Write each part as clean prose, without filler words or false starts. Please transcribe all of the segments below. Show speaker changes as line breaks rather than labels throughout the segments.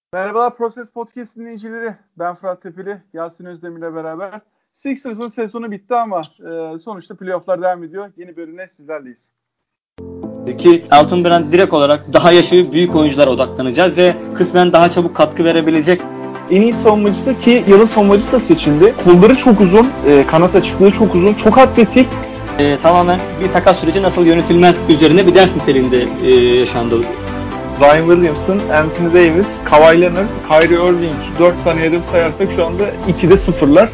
Merhabalar Proses Podcast dinleyicileri. Ben Fırat Tepeli, Yasin Özdemir ile beraber. Sixers'ın sezonu bitti ama sonuçta playoff'lar devam ediyor. Yeni bölümle sizlerleyiz.
Ki Altın Brand direkt olarak daha yaşı büyük oyunculara odaklanacağız ve kısmen daha çabuk katkı verebilecek.
En iyi savunmacısı ki yılın savunmacısı da seçildi. Kolları çok uzun, kanat açıklığı çok uzun, çok atletik.
Tamamen bir takas süreci nasıl yönetilmez üzerine bir ders niteliğinde yaşandı.
Zion Williamson, Anthony Davis, Kawhi Leonard, Kyrie Irving 4 tane hedef sayarsak şu anda 2'de 0'lar.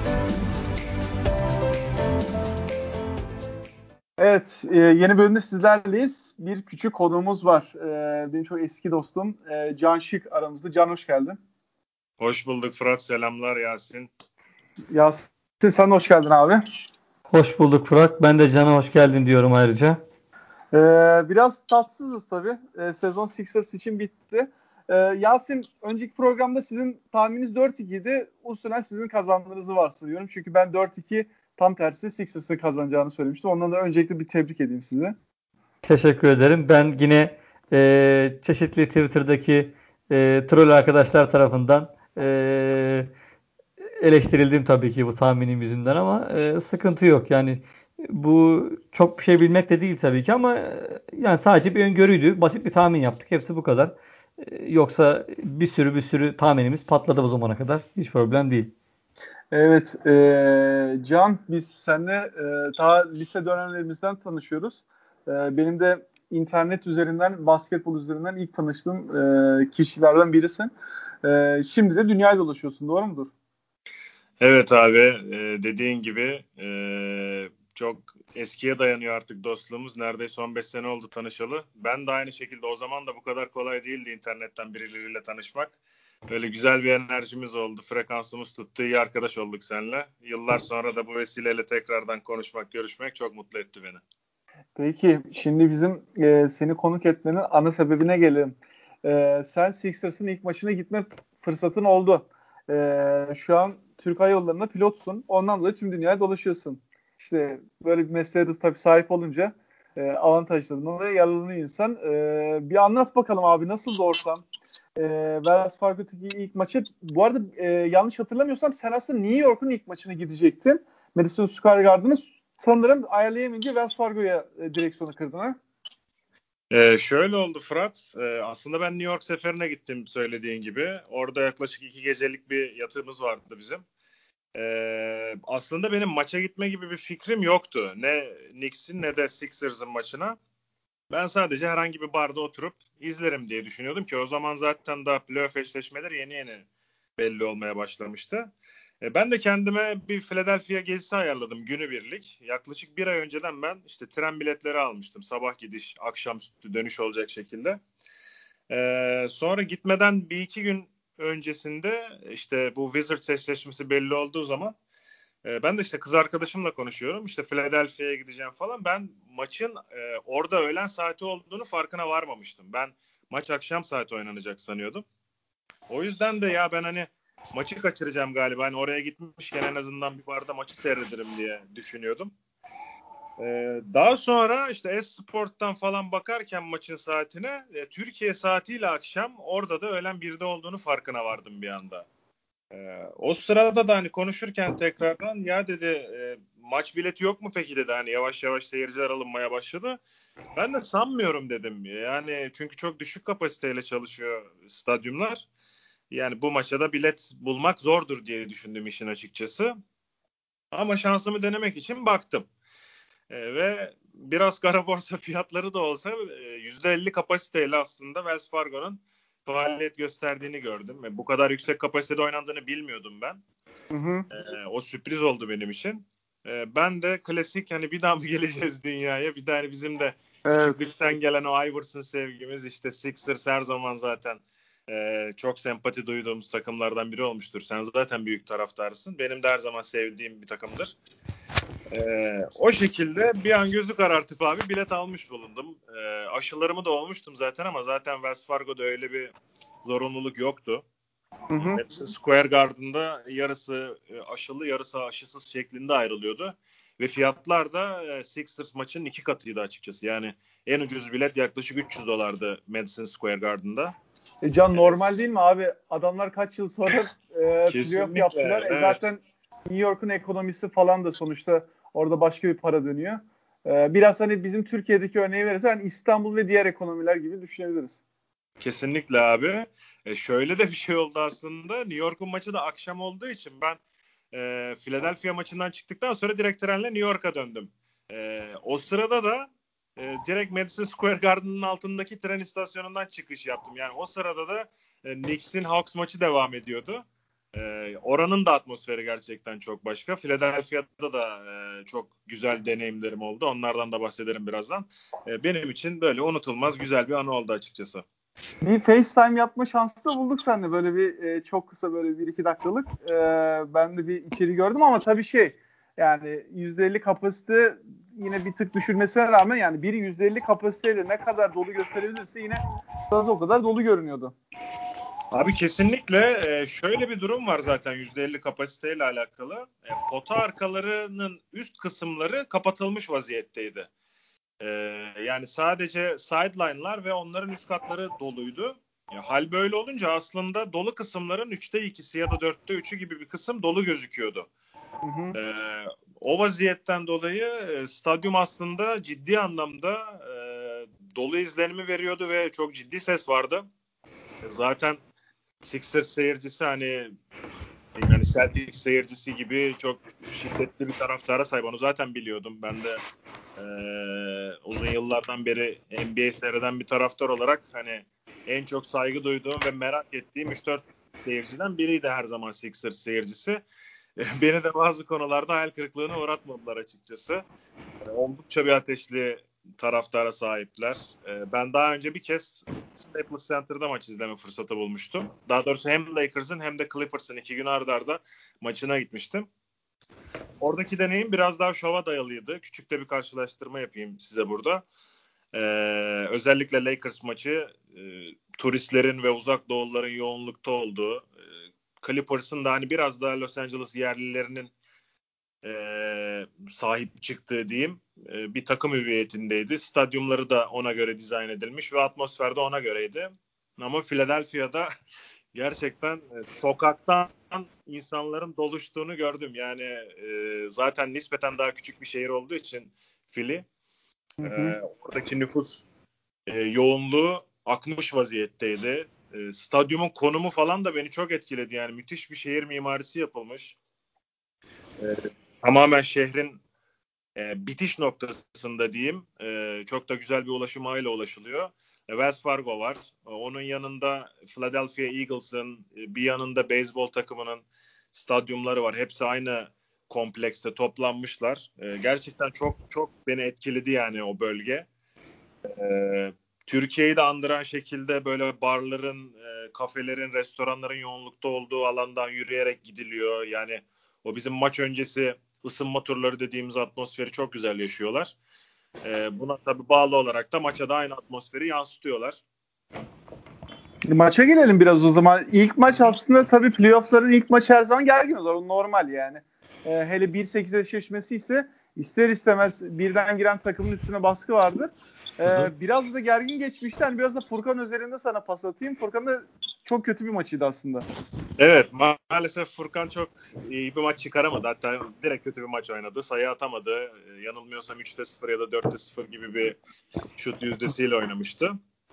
Evet, yeni bölümde sizlerleyiz. Bir küçük konuğumuz var. Benim çok eski dostum Can Şık aramızda. Can hoş geldin.
Hoş bulduk Fırat. Selamlar Yasin.
Yasin sen de hoş geldin abi.
Hoş bulduk Fırat. Ben de Can'a hoş geldin diyorum ayrıca.
Biraz tatsızız tabii. Sezon Sixers için bitti. Yasin, önceki programda sizin tahmininiz 4-2 idi. Usulen sizin kazandığınızı varsayıyorum. Çünkü ben 4-2 tam tersi Sixers'ın kazanacağını söylemiştim. Ondan da öncelikle bir tebrik edeyim size.
Teşekkür ederim. Ben yine çeşitli Twitter'daki troll arkadaşlar tarafından eleştirildim tabii ki bu tahminim yüzünden ama sıkıntı yok. Yani bu çok bir şey bilmek de değil tabii ki ama yani sadece bir öngörüydü. Basit bir tahmin yaptık. Hepsi bu kadar. Yoksa bir sürü tahminimiz patladı bu zamana kadar. Hiç problem değil.
Evet, Can, biz seninle daha lise dönemlerimizden tanışıyoruz. Benim de internet üzerinden, basketbol üzerinden ilk tanıştığım kişilerden birisin. Şimdi de dünyayı dolaşıyorsun, doğru mudur?
Evet abi, dediğin gibi çok eskiye dayanıyor artık dostluğumuz. Neredeyse 15 sene oldu tanışalı. Ben de aynı şekilde, o zaman da bu kadar kolay değildi internetten birileriyle tanışmak. Böyle güzel bir enerjimiz oldu, frekansımız tuttu, iyi arkadaş olduk seninle. Yıllar sonra da bu vesileyle tekrardan konuşmak, görüşmek çok mutlu etti beni.
Peki, şimdi bizim seni konuk etmenin ana sebebine gelelim. Sen Sixers'ın ilk maçına gitme fırsatın oldu. Şu an Türk Hava Yolları'nda pilotsun. Ondan dolayı tüm dünyaya dolaşıyorsun. İşte böyle bir mesleğe de tabii sahip olunca avantajlarından da yararlanıyor insan. Bir anlat bakalım abi, nasıl ortam? Wells Fargo'daki ilk maçı, bu arada yanlış hatırlamıyorsam sen aslında New York'un ilk maçına gidecektin. Madison Square Garden'ı sanırım ayarlayamayınca Wells Fargo'ya direksiyonu kırdın ha?
Şöyle oldu Fırat. Aslında ben New York seferine gittim söylediğin gibi. Orada yaklaşık 2 gecelik bir yatığımız vardı bizim. Aslında benim maça gitme gibi bir fikrim yoktu. Ne Knicks'in ne de Sixers'ın maçına. Ben sadece herhangi bir barda oturup izlerim diye düşünüyordum ki o zaman zaten daha playoff eşleşmeleri yeni yeni belli olmaya başlamıştı. Ben de kendime bir Philadelphia gezisi ayarladım günübirlik. Yaklaşık bir ay önceden ben işte tren biletleri almıştım. Sabah gidiş, akşamüstü dönüş olacak şekilde. Sonra gitmeden bir iki gün öncesinde işte bu Wizards eşleşmesi belli olduğu zaman ben de işte kız arkadaşımla konuşuyorum. İşte Philadelphia'ya gideceğim falan. Ben maçın orada öğlen saati olduğunu farkına varmamıştım. Ben maç akşam saati oynanacak sanıyordum. O yüzden de ya ben hani maçı kaçıracağım galiba. Hani oraya gitmişken en azından bir barda maçı seyrederim diye düşünüyordum. Daha sonra işte Esport'tan falan bakarken maçın saatine Türkiye saatiyle akşam orada da öğlen 1'de olduğunu farkına vardım bir anda. O sırada da hani konuşurken tekrardan ya dedi maç bileti yok mu peki dedi, hani yavaş yavaş seyirciler alınmaya başladı. Ben de sanmıyorum dedim. Yani çünkü çok düşük kapasiteyle çalışıyor stadyumlar. Yani bu maça da bilet bulmak zordur diye düşündüm işin açıkçası. Ama şansımı denemek için baktım. Ve biraz kara borsa fiyatları da olsa %50 kapasiteyle aslında Wells Fargo'nun faaliyet gösterdiğini gördüm. Bu kadar yüksek kapasitede oynandığını bilmiyordum ben.
Hı hı.
O sürpriz oldu benim için. Ben de klasik hani bir daha mı geleceğiz dünyaya? Bir tane bizim de
Evet.
küçüklükten gelen o Iverson sevgimiz, işte Sixers her zaman zaten çok sempati duyduğumuz takımlardan biri olmuştur. Sen zaten büyük taraftarısın. Benim de her zaman sevdiğim bir takımdır. O şekilde bir an gözü karartıp abi bilet almış bulundum. Aşılarımı da olmuştum zaten ama zaten Wells Fargo'da öyle bir zorunluluk yoktu.
Hı hı.
Madison Square Garden'da yarısı aşılı yarısı aşısız şeklinde ayrılıyordu. Ve fiyatlar da Sixers maçının 2 katıydı açıkçası. Yani en ucuz bilet yaklaşık $300 Madison Square Garden'da.
Can normal değil mi abi? Adamlar kaç yıl sonra playoff
Kesinlikle,
yaptılar.
evet.
Zaten New York'un ekonomisi falan da sonuçta orada başka bir para dönüyor. Biraz hani bizim Türkiye'deki örneği verirsen hani İstanbul ve diğer ekonomiler gibi düşünebiliriz.
Kesinlikle abi. Şöyle de bir şey oldu aslında. New York'un maçı da akşam olduğu için ben Philadelphia maçından çıktıktan sonra direkt trenle New York'a döndüm. O sırada da direkt Madison Square Garden'ın altındaki tren istasyonundan çıkış yaptım. Yani o sırada da Knicks'in Hawks maçı devam ediyordu. Oranın da atmosferi gerçekten çok başka. Philadelphia'da da çok güzel deneyimlerim oldu. Onlardan da bahsederim birazdan. Benim için böyle unutulmaz güzel bir anı oldu açıkçası.
Bir FaceTime yapma şansı da bulduk seninle. Böyle bir çok kısa böyle 1-2 dakikalık. Ben de bir içeri gördüm ama tabii yani %50 kapasite yine bir tık düşürmesine rağmen yani biri %50 kapasiteyle ne kadar dolu gösterebilirse yine stat o kadar dolu görünüyordu.
Abi kesinlikle şöyle bir durum var zaten %50 kapasiteyle alakalı. Pota arkalarının üst kısımları kapatılmış vaziyetteydi. Yani sadece sideline'lar ve onların üst katları doluydu. Hal böyle olunca aslında dolu kısımların 3'te 2'si ya da 4'te 3'ü gibi bir kısım dolu gözüküyordu.
Hı hı.
O vaziyetten dolayı stadyum aslında ciddi anlamda dolu izlenimi veriyordu ve çok ciddi ses vardı. Zaten Sixers seyircisi hani yani Celtics seyircisi gibi çok şiddetli bir taraftara sahip. Onu zaten biliyordum. Ben de uzun yıllardan beri NBA seyreden bir taraftar olarak hani en çok saygı duyduğum ve merak ettiğim 3-4 seyirciden biriydi her zaman Sixers seyircisi. Beni de bazı konularda hayal kırıklığına uğratmadılar açıkçası. Oldukça bir ateşli taraftara sahipler. Ben daha önce bir kez Staples Center'da maç izleme fırsatı bulmuştum. Daha doğrusu hem Lakers'ın hem de Clippers'ın 2 gün arda arda maçına gitmiştim. Oradaki deneyim biraz daha şova dayalıydı. Küçük de bir karşılaştırma yapayım size burada. Özellikle Lakers maçı turistlerin ve uzak doğulların yoğunlukta olduğu, Clippers'ın da hani biraz daha Los Angeles yerlilerinin sahip çıktığı diyeyim bir takım hüviyetindeydi. Stadyumları da ona göre dizayn edilmiş ve atmosfer de ona göreydi. Ama Philadelphia'da gerçekten sokaktan insanların doluştuğunu gördüm. Yani zaten nispeten daha küçük bir şehir olduğu için Philly, oradaki nüfus yoğunluğu akmış vaziyetteydi. Stadyumun konumu falan da beni çok etkiledi. Yani müthiş bir şehir mimarisi yapılmış. Tamamen şehrin bitiş noktasında diyeyim. Çok da güzel bir ulaşım ağıyla ulaşılıyor. Wells Fargo var. Onun yanında Philadelphia Eagles'ın, bir yanında beyzbol takımının stadyumları var. Hepsi aynı komplekste toplanmışlar. Gerçekten çok çok beni etkiledi yani o bölge. Türkiye'yi de andıran şekilde böyle barların, kafelerin, restoranların yoğunlukta olduğu alandan yürüyerek gidiliyor. Yani o bizim maç öncesi ısınma turları dediğimiz atmosferi çok güzel yaşıyorlar. Buna tabii bağlı olarak da maça da aynı atmosferi yansıtıyorlar.
Maça gelelim biraz o zaman. İlk maç aslında tabii playoff'ların ilk maçı her zaman gergin olur. O normal yani. Hele 1-8 eşleşmesi ise ister istemez birden giren takımın üstüne baskı vardır. Biraz da gergin geçmişti. Hani biraz da Furkan özelinde sana pas atayım. Furkan da çok kötü bir maçıydı aslında.
Evet, maalesef Furkan çok iyi bir maç çıkaramadı. Hatta direkt kötü bir maç oynadı. Sayı atamadı. Yanılmıyorsam 3'te 0 ya da 4'te 0 gibi bir şut yüzdesiyle oynamıştı.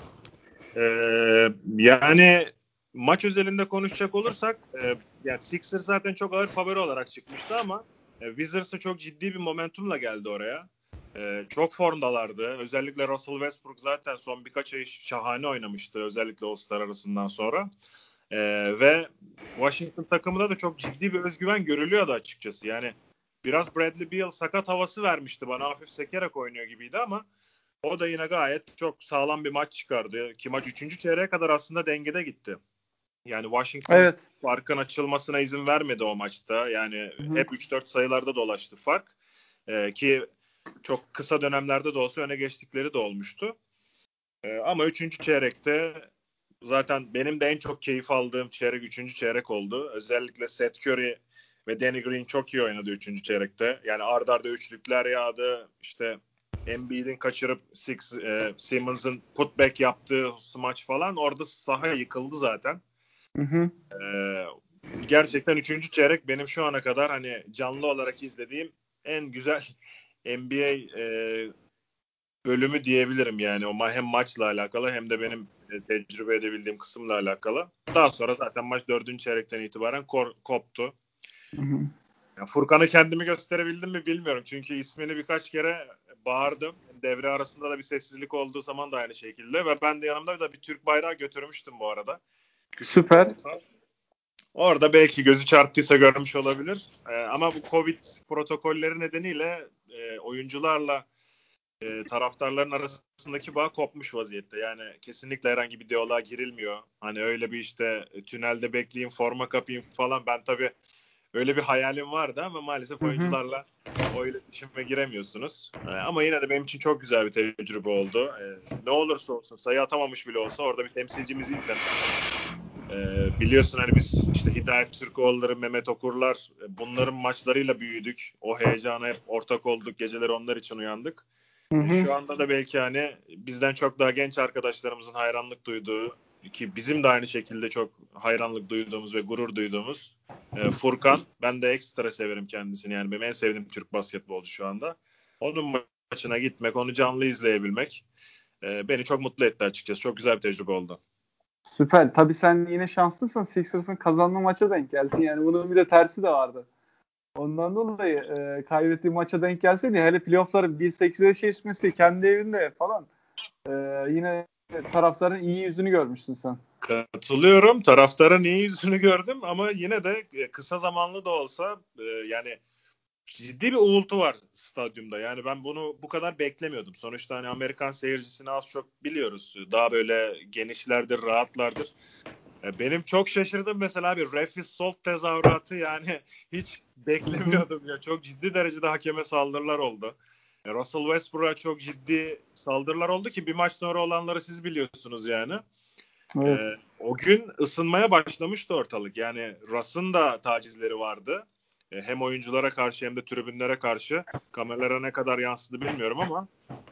Yani maç özelinde konuşacak olursak yani Sixers zaten çok ağır favori olarak çıkmıştı ama Wizards'a çok ciddi bir momentumla geldi oraya. Çok formdalardı. Özellikle Russell Westbrook zaten son birkaç ay şahane oynamıştı. Özellikle All-Star arasından sonra. Ve Washington takımında da çok ciddi bir özgüven görülüyordu açıkçası. Yani biraz Bradley Beal sakat havası vermişti bana. Hafif sekerek oynuyor gibiydi ama o da yine gayet çok sağlam bir maç çıkardı. Ki maç 3. çeyreğe kadar aslında dengede gitti. Yani Washington farkın açılmasına izin vermedi o maçta. Yani hep 3-4 sayılarda dolaştı fark. Ki çok kısa dönemlerde de olsa öne geçtikleri de olmuştu. Ama 3. çeyrekte zaten benim de en çok keyif aldığım çeyrek 3. çeyrek oldu. Özellikle Seth Curry ve Danny Green çok iyi oynadı 3. çeyrekte. Yani arda arda üçlükler yağdı. İşte Embiid'in kaçırıp Simmons'ın putback yaptığı smaç falan orada saha yıkıldı zaten.
Hı hı.
Gerçekten 3. çeyrek benim şu ana kadar hani canlı olarak izlediğim en güzel NBA bölümü diyebilirim yani. O hem maçla alakalı hem de benim tecrübe edebildiğim kısımla alakalı. Daha sonra zaten maç 4. çeyrekten itibaren koptu.
Hı hı.
Yani Furkan'ı kendimi gösterebildim mi bilmiyorum. Çünkü ismini birkaç kere bağırdım. Devre arasında da bir sessizlik olduğu zaman da aynı şekilde. Ve ben de yanımda da bir Türk bayrağı götürmüştüm bu arada. Küçük de
Süper.
olsa. Orada belki gözü çarptıysa görmüş olabilir. Ama bu Covid protokolleri nedeniyle oyuncularla taraftarların arasındaki bağ kopmuş vaziyette. Yani kesinlikle herhangi bir diyaloğa girilmiyor. Hani öyle bir işte tünelde bekleyeyim, forma kapayım falan. Ben tabii öyle bir hayalim vardı ama maalesef
Hı hı.
oyuncularla o iletişime giremiyorsunuz. Ama yine de benim için çok güzel bir tecrübe oldu. Ne olursa olsun sayı atamamış bile olsa orada bir temsilcimizi izlemek. Biliyorsun hani biz işte Hidayet Türkoğulları, Mehmet Okurlar bunların maçlarıyla büyüdük. O heyecana hep ortak olduk. Geceleri onlar için uyandık.
Hı hı.
Şu anda da belki hani bizden çok daha genç arkadaşlarımızın hayranlık duyduğu ki bizim de aynı şekilde çok hayranlık duyduğumuz ve gurur duyduğumuz Furkan. Ben de ekstra severim kendisini. Yani benim en sevdiğim Türk basketbolcu şu anda. Onun maçına gitmek, onu canlı izleyebilmek beni çok mutlu etti açıkçası. Çok güzel bir tecrübe oldu.
Süper. Tabii sen yine şanslısın. Sixers'ın kazanma maça denk geldin. Yani bunun bir de tersi de vardı. Ondan dolayı kaybettiği maça denk gelseydi hele playoff'ların 1-8'e geçmesi kendi evinde falan yine taraftarın iyi yüzünü görmüşsün sen.
Katılıyorum. Taraftarın iyi yüzünü gördüm ama yine de kısa zamanlı da olsa yani ciddi bir uğultu var stadyumda. Yani ben bunu bu kadar beklemiyordum. Sonuçta hani Amerikan seyircisini az çok biliyoruz. Daha böyle genişlerdir, rahatlardır. Benim çok şaşırdığım mesela bir Refis Salt tezahüratı yani hiç beklemiyordum ya. Çok ciddi derecede hakeme saldırılar oldu. Russell Westbrook'a çok ciddi saldırılar oldu ki bir maç sonra olanları siz biliyorsunuz yani.
Evet.
O gün ısınmaya başlamıştı ortalık. Yani Russ'ın da tacizleri vardı. Hem oyunculara karşı hem de tribünlere karşı. Kameralara ne kadar yansıdı bilmiyorum ama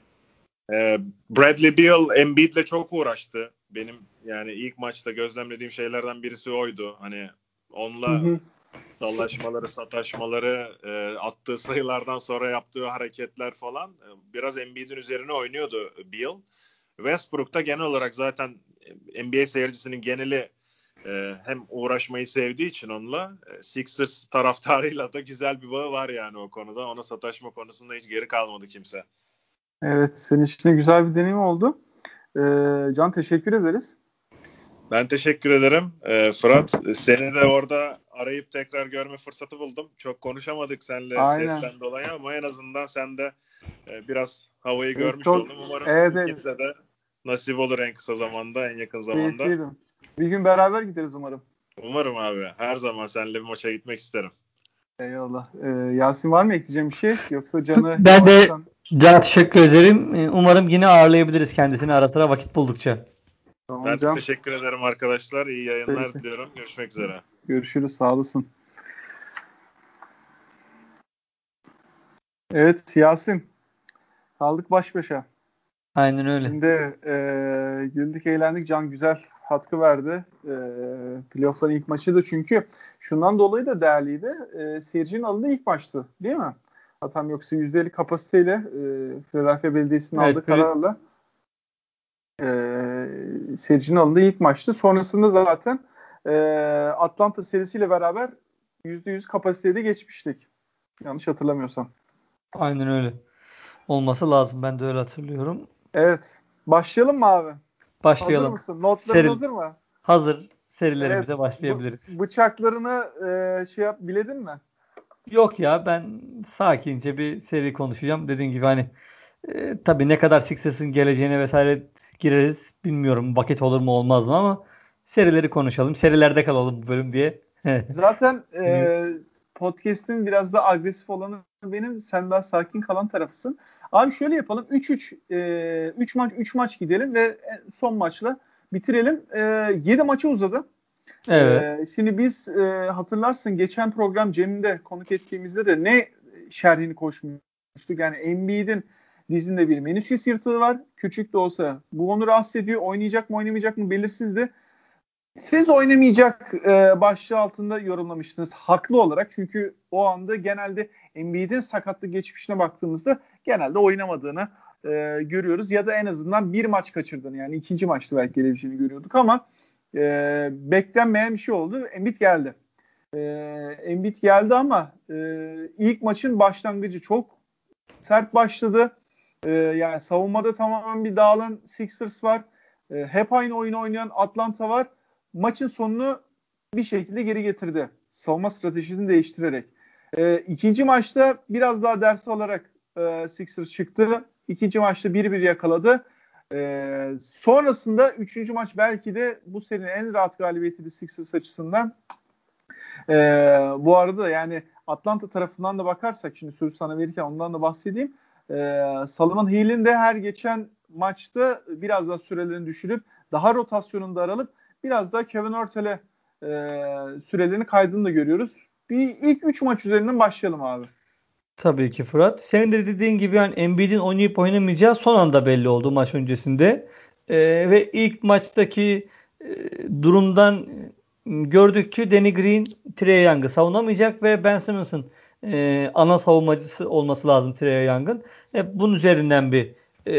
Bradley Beal Embiid'le çok uğraştı. Benim yani ilk maçta gözlemlediğim şeylerden birisi oydu. Hani onunla dallaşmaları, sataşmaları, attığı sayılardan sonra yaptığı hareketler falan biraz Embiid'in üzerine oynuyordu Beal. Westbrook da genel olarak zaten NBA seyircisinin geneli hem uğraşmayı sevdiği için onunla Sixers taraftarıyla da güzel bir bağı var yani o konuda. Ona sataşma konusunda hiç geri kalmadı kimse.
Evet. Senin için de güzel bir deneyim oldu. Can teşekkür ederiz.
Ben teşekkür ederim Fırat. Seni de orada arayıp tekrar görme fırsatı buldum. Çok konuşamadık seninle
Aynen.
sesten dolayı ama en azından sen de biraz havayı
Evet,
görmüş
çok,
oldum. Umarım
evet.
ikimize de nasip olur en kısa zamanda, en yakın zamanda.
Keyifliydim. Bir gün beraber gideriz umarım.
Umarım abi. Her zaman seninle bir maça gitmek isterim.
Eyvallah. Yasin var mı ekleyeceğim bir şey? Yoksa Can'ı
Ben de
yavaştan...
Can'a teşekkür ederim. Umarım yine ağırlayabiliriz kendisini ara sıra vakit buldukça.
Tamam
Ben
Can.
teşekkür ederim arkadaşlar. İyi yayınlar
Peki.
diliyorum. Görüşmek üzere.
Görüşürüz. Sağ olasın. Evet Yasin. Kaldık baş başa.
Aynen öyle.
Şimdi güldük eğlendik. Can güzel katkı verdi. Playoff'ların ilk maçıydı çünkü şundan dolayı da değerliydi. Seyircinin alındığı ilk maçtı. Değil mi? Hatam yoksa %50 kapasiteyle Philadelphia Belediyesi'nin aldığı
Evet,
kararla seyircinin alındığı ilk maçtı. Sonrasında zaten Atlanta serisiyle beraber %100 kapasiteye de geçmiştik. Yanlış hatırlamıyorsam.
aynen öyle. Olması lazım. Ben de öyle hatırlıyorum.
Evet. Başlayalım mı abi? Hazır
Başlayalım.
mısın? Notların
Seri,
hazır mı?
hazır.
Evet.
Serilerimize başlayabiliriz.
Bıçaklarını biledin mi?
Yok ya, ben sakince bir seri konuşacağım. Dediğim gibi hani tabii ne kadar Sixers'ın geleceğine vesaire gireriz bilmiyorum. Vakit olur mu olmaz mı ama serileri konuşalım. Serilerde kalalım bu bölüm diye.
Zaten
Düşünüyorum.
podcast'in biraz da agresif olanı benim. Sen daha sakin kalan tarafısın. Abi şöyle yapalım. 3-3 3 maç gidelim ve son maçla bitirelim. 7 maça uzadı.
Evet.
Şimdi biz hatırlarsın geçen program Cem'de konuk ettiğimizde de ne şerhini koşmuştuk. Yani Embiid'in Dizinde bir menüsküs yırtığı var. Küçük de olsa. Bu onu rahatsız ediyor. Oynayacak mı oynamayacak mı belirsizdi. Siz oynamayacak başlığı altında yorumlamıştınız. Haklı olarak. Çünkü o anda genelde Embiid'in sakatlık geçmişine baktığımızda genelde oynamadığını görüyoruz. Ya da en azından bir maç kaçırdığını. Yani ikinci maçta belki gelebileceğini görüyorduk ama beklenmeyen bir şey oldu. Embiid geldi. Embiid geldi ama ilk maçın başlangıcı çok sert başladı. Yani savunmada tamamen bir dağılan Sixers var. Hep aynı oyunu oynayan Atlanta var. Maçın sonunu bir şekilde geri getirdi. Savunma stratejisini değiştirerek. İkinci maçta biraz daha ders alarak Sixers çıktı. İkinci maçta 1-1 yakaladı. Sonrasında üçüncü maç belki de bu serinin en rahat galibiyetiydi Sixers açısından. Bu arada yani Atlanta tarafından da bakarsak şimdi sözü sana verirken ondan da bahsedeyim. Solomon Hill'in de her geçen maçta biraz daha sürelerini düşürüp daha rotasyonunu da aralıp biraz daha Kevin Hurtel'e sürelerini kaydını da görüyoruz. Bir ilk 3 maç üzerinden başlayalım abi.
Tabii ki Fırat. Senin de dediğin gibi yani Embiid'in oynayıp oynamayacağı son anda belli oldu maç öncesinde. Ve ilk maçtaki durumdan gördük ki Danny Green Trae Young'ı savunamayacak ve Ben Simmons'ın ana savunmacısı olması lazım Trae Young'ın. Bunun üzerinden bir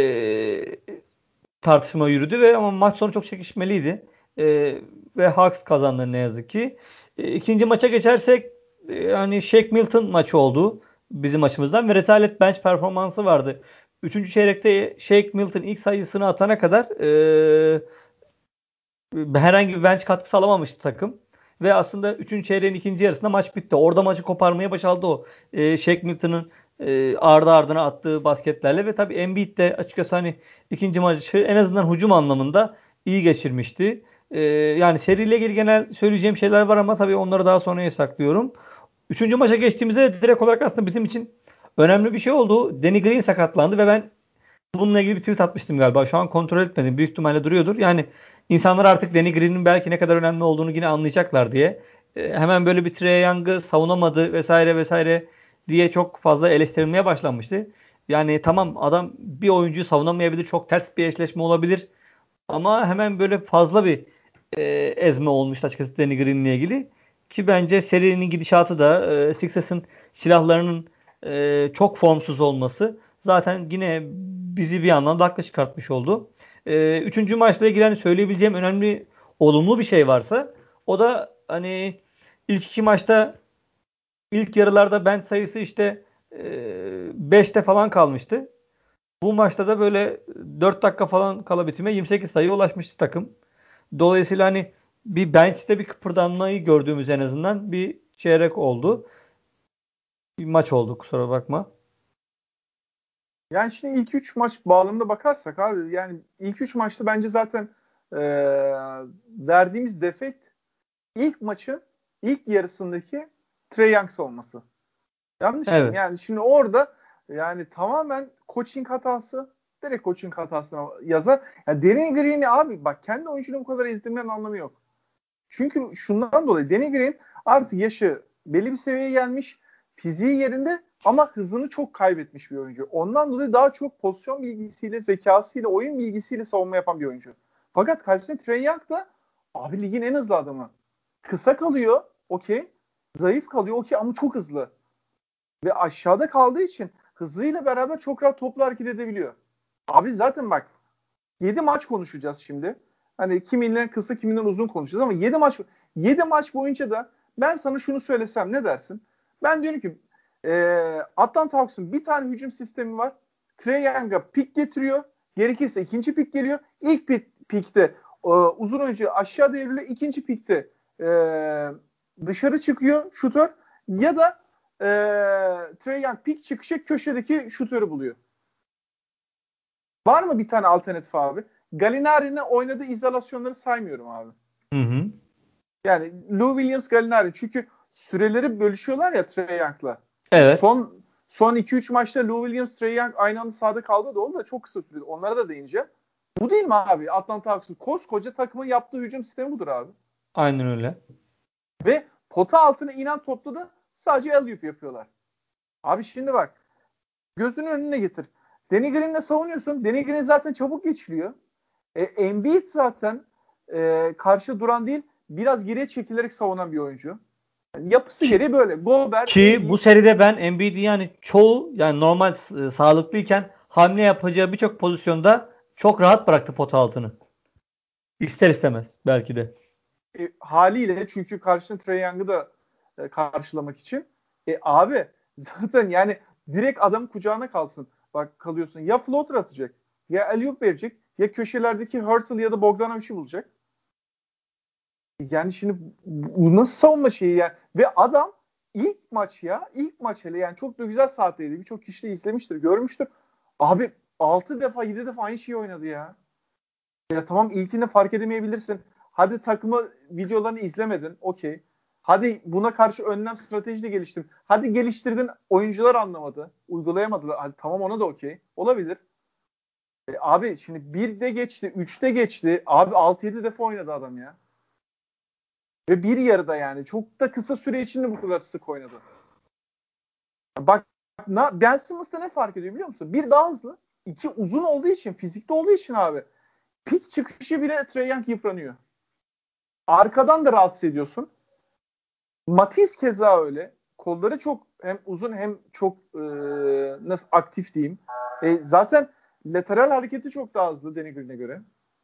tartışma yürüdü ve ama maç sonu çok çekişmeliydi. Ve Hawks kazandı ne yazık ki. İkinci maça geçersek yani Shake Milton maçı oldu bizim açımızdan ve rezalet bench performansı vardı. Üçüncü çeyrekte Shake Milton ilk sayısını atana kadar herhangi bir bench katkısı alamamıştı takım. Ve aslında 3. çeyreğin ikinci yarısında maç bitti. Orada maçı koparmaya başardı o. Shake Milton'ın ardı ardına attığı basketlerle ve tabii Embiid de açıkçası hani ikinci maçı en azından hücum anlamında iyi geçirmişti. Yani seriyle ilgili genel söyleyeceğim şeyler var ama tabii onları daha sonraya saklıyorum. Üçüncü maça geçtiğimizde direkt olarak aslında bizim için önemli bir şey oldu. Danny Green sakatlandı ve ben bununla ilgili bir tweet atmıştım galiba. Şu an kontrol etmedim. Büyük ihtimalle duruyordur. Yani insanlar artık Danny Green'in belki ne kadar önemli olduğunu yine anlayacaklar diye. Hemen böyle bir Trae Young'ı savunamadı vesaire vesaire diye çok fazla eleştirilmeye başlanmıştı. Yani tamam adam bir oyuncuyu savunamayabilir. Çok ters bir eşleşme olabilir. Ama hemen böyle fazla bir ezme olmuştu açıkçası Danny Green'le ilgili. Ki bence serinin gidişatı da Sixers'ın silahlarının çok formsuz olması zaten yine bizi bir anlamda haklı çıkartmış oldu. Üçüncü maçla ilgili hani söyleyebileceğim önemli olumlu bir şey varsa o da hani ilk iki maçta ilk yarılarda bench sayısı işte 5'te falan kalmıştı. Bu maçta da böyle 4 dakika falan kala bitime 28 sayıya ulaşmıştı takım. Dolayısıyla hani bir bench'te bir kıpırdanmayı gördüğümüz en azından bir çeyrek oldu. Bir maç oldu kusura bakma.
Yani şimdi ilk 3 maç bağlamında bakarsak abi yani ilk 3 maçta bence zaten verdiğimiz defekt ilk maçın ilk yarısındaki Trae Young savunması. Yanlış mıyım?
Evet.
Yani şimdi orada yani tamamen coaching hatası, direkt coaching hatasına yazar. Yani Danny Green'i abi bak kendi oyuncunu bu kadar ezdirmenin anlamı yok. Çünkü şundan dolayı Danny Green artık yaşı belli bir seviyeye gelmiş, fiziği yerinde ama hızını çok kaybetmiş bir oyuncu. Ondan dolayı daha çok pozisyon bilgisiyle, zekasıyla, oyun bilgisiyle savunma yapan bir oyuncu. Fakat karşısında Trae Young da abi ligin en hızlı adamı. Kısa kalıyor, okey. Zayıf kalıyor, okey ama çok hızlı. Ve aşağıda kaldığı için hızıyla beraber çok rahat topla hareket edebiliyor. Abi zaten bak 7 maç konuşacağız şimdi. Hani kiminle kısa kiminle uzun konuşacağız ama 7 maç boyunca da ben sana şunu söylesem ne dersin? Ben diyorum ki Atlanta Hawks'un bir tane hücum sistemi var. Trae Young'a pik getiriyor. Gerekirse ikinci pik geliyor. İlk pikte uzun oyuncu aşağı devriliyor. İkinci pikte dışarı çıkıyor şutör ya da Trae Young pik çıkışı köşedeki şutörü buluyor. Var mı bir tane alternatif abi? Gallinari'nin oynadığı izolasyonları saymıyorum abi.
Hı hı.
Yani Lou Williams, Gallinari. Çünkü süreleri bölüşüyorlar ya Trae Young'la.
Evet.
Son 2-3 maçta Lou Williams, Trae Young aynı anda sahada kaldı da oldu da çok kısa sürede. Onlara da değineceğim. Bu değil mi abi? Atlanta Hawks'un koskoca takımın yaptığı hücum sistemi budur abi.
Aynen öyle.
Ve pota altına inen topta da sadece alley-oop yapıyorlar. Abi şimdi bak. Gözünün önüne getir. Danny Green'le savunuyorsun. Danny Green zaten çabuk geçiliyor. Embiid zaten karşı duran değil, biraz geriye çekilerek savunan bir oyuncu. Yani yapısı gereği böyle. Gobert,
Ki
Embiid,
bu seride ben Embiid'i yani çoğu yani normal sağlıklıyken hamle yapacağı birçok pozisyonda çok rahat bıraktı pota altını. İster istemez belki de.
haliyle çünkü karşısında Trae Young'ı da karşılamak için. Abi zaten yani direkt adam kucağına kalsın. Bak kalıyorsun. Ya floater atacak, ya alley-oop verecek, ya köşelerdeki Hurtle ya da Bogdanovic'i bulacak. Yani şimdi bu nasıl savunma şeyi yani? Ve adam ilk maç hele yani çok da güzel saatteydi. Birçok kişi de izlemiştir, görmüştür. Abi 6 defa 7 defa aynı şeyi oynadı ya. Ya tamam ilkinde fark edemeyebilirsin. Hadi takımı videolarını izlemedin. Okey. Hadi buna karşı önlem strateji de geliştirdin. Hadi geliştirdin oyuncular anlamadı. Uygulayamadılar. Hadi tamam ona da okey. Olabilir. Abi şimdi 1'de geçti. 3'te geçti. Abi 6-7 defa oynadı adam ya. Ve bir yarıda yani. Çok da kısa süre içinde bu kadar sık oynadı. Bak Ben Simmons'ta ne fark ediyor biliyor musun? Bir daha hızlı. İki uzun olduğu için, fizikli olduğu için abi. Pik çıkışı bile Trae Young yıpranıyor. Arkadan da rahatsız ediyorsun. Matisse keza öyle. Kolları çok hem uzun hem çok nasıl aktif diyeyim. Zaten lateral hareketi çok daha hızlı Danny Green'e göre.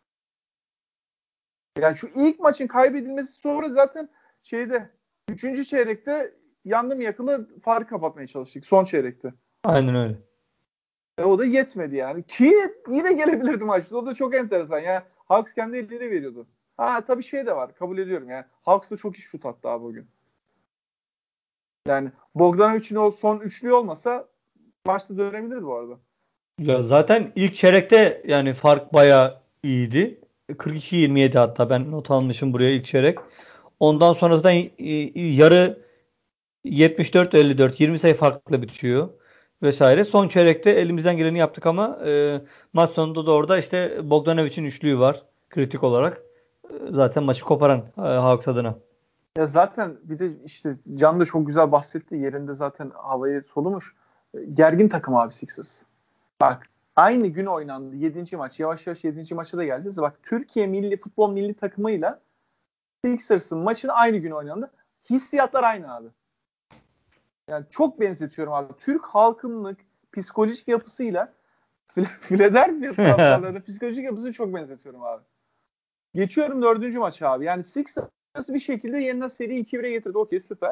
Yani şu ilk maçın kaybedilmesi sonra zaten 3. çeyrekte yandım yakılı farkı kapatmaya çalıştık son çeyrekte.
Aynen öyle.
O da yetmedi yani. Ki yine gelebilirdi maçta. O da çok enteresan. Yani Hawks kendi eliyle veriyordu. Tabii de var. Kabul ediyorum yani. Hawks da çok iyi şut attı abi bugün. Yani Bogdanovic'in o son üçlüğü olmasa maçta dönebilirdi bu arada.
Ya zaten ilk çeyrekte yani fark bayağı iyiydi. 42-27 hatta ben not almışım buraya ilk çeyrek. Ondan sonrasında yarı 74-54 20 sayı farklı bitiyor vesaire. Son çeyrekte elimizden geleni yaptık ama maç sonunda da orada işte Bogdanovic'in üçlüğü var kritik olarak. Zaten maçı koparan Hawks adına.
Ya zaten bir de işte Can da çok güzel bahsetti. Yerinde zaten havayı solumuş. Gergin takım abi Sixers. Bak aynı gün oynandı 7. maç. Yavaş yavaş 7. maça da geleceğiz. Bak Türkiye milli takımıyla Sixers'ın maçını aynı gün oynandı. Hissiyatlar aynı abi. Yani çok benzetiyorum abi. Türk halkının psikolojik yapısıyla Philadelphia taraftarlarının psikolojik yapısını çok benzetiyorum abi. Geçiyorum 4. maça abi. Yani Sixers bir şekilde yeniden seri 2-1'e getirdi. Okey süper.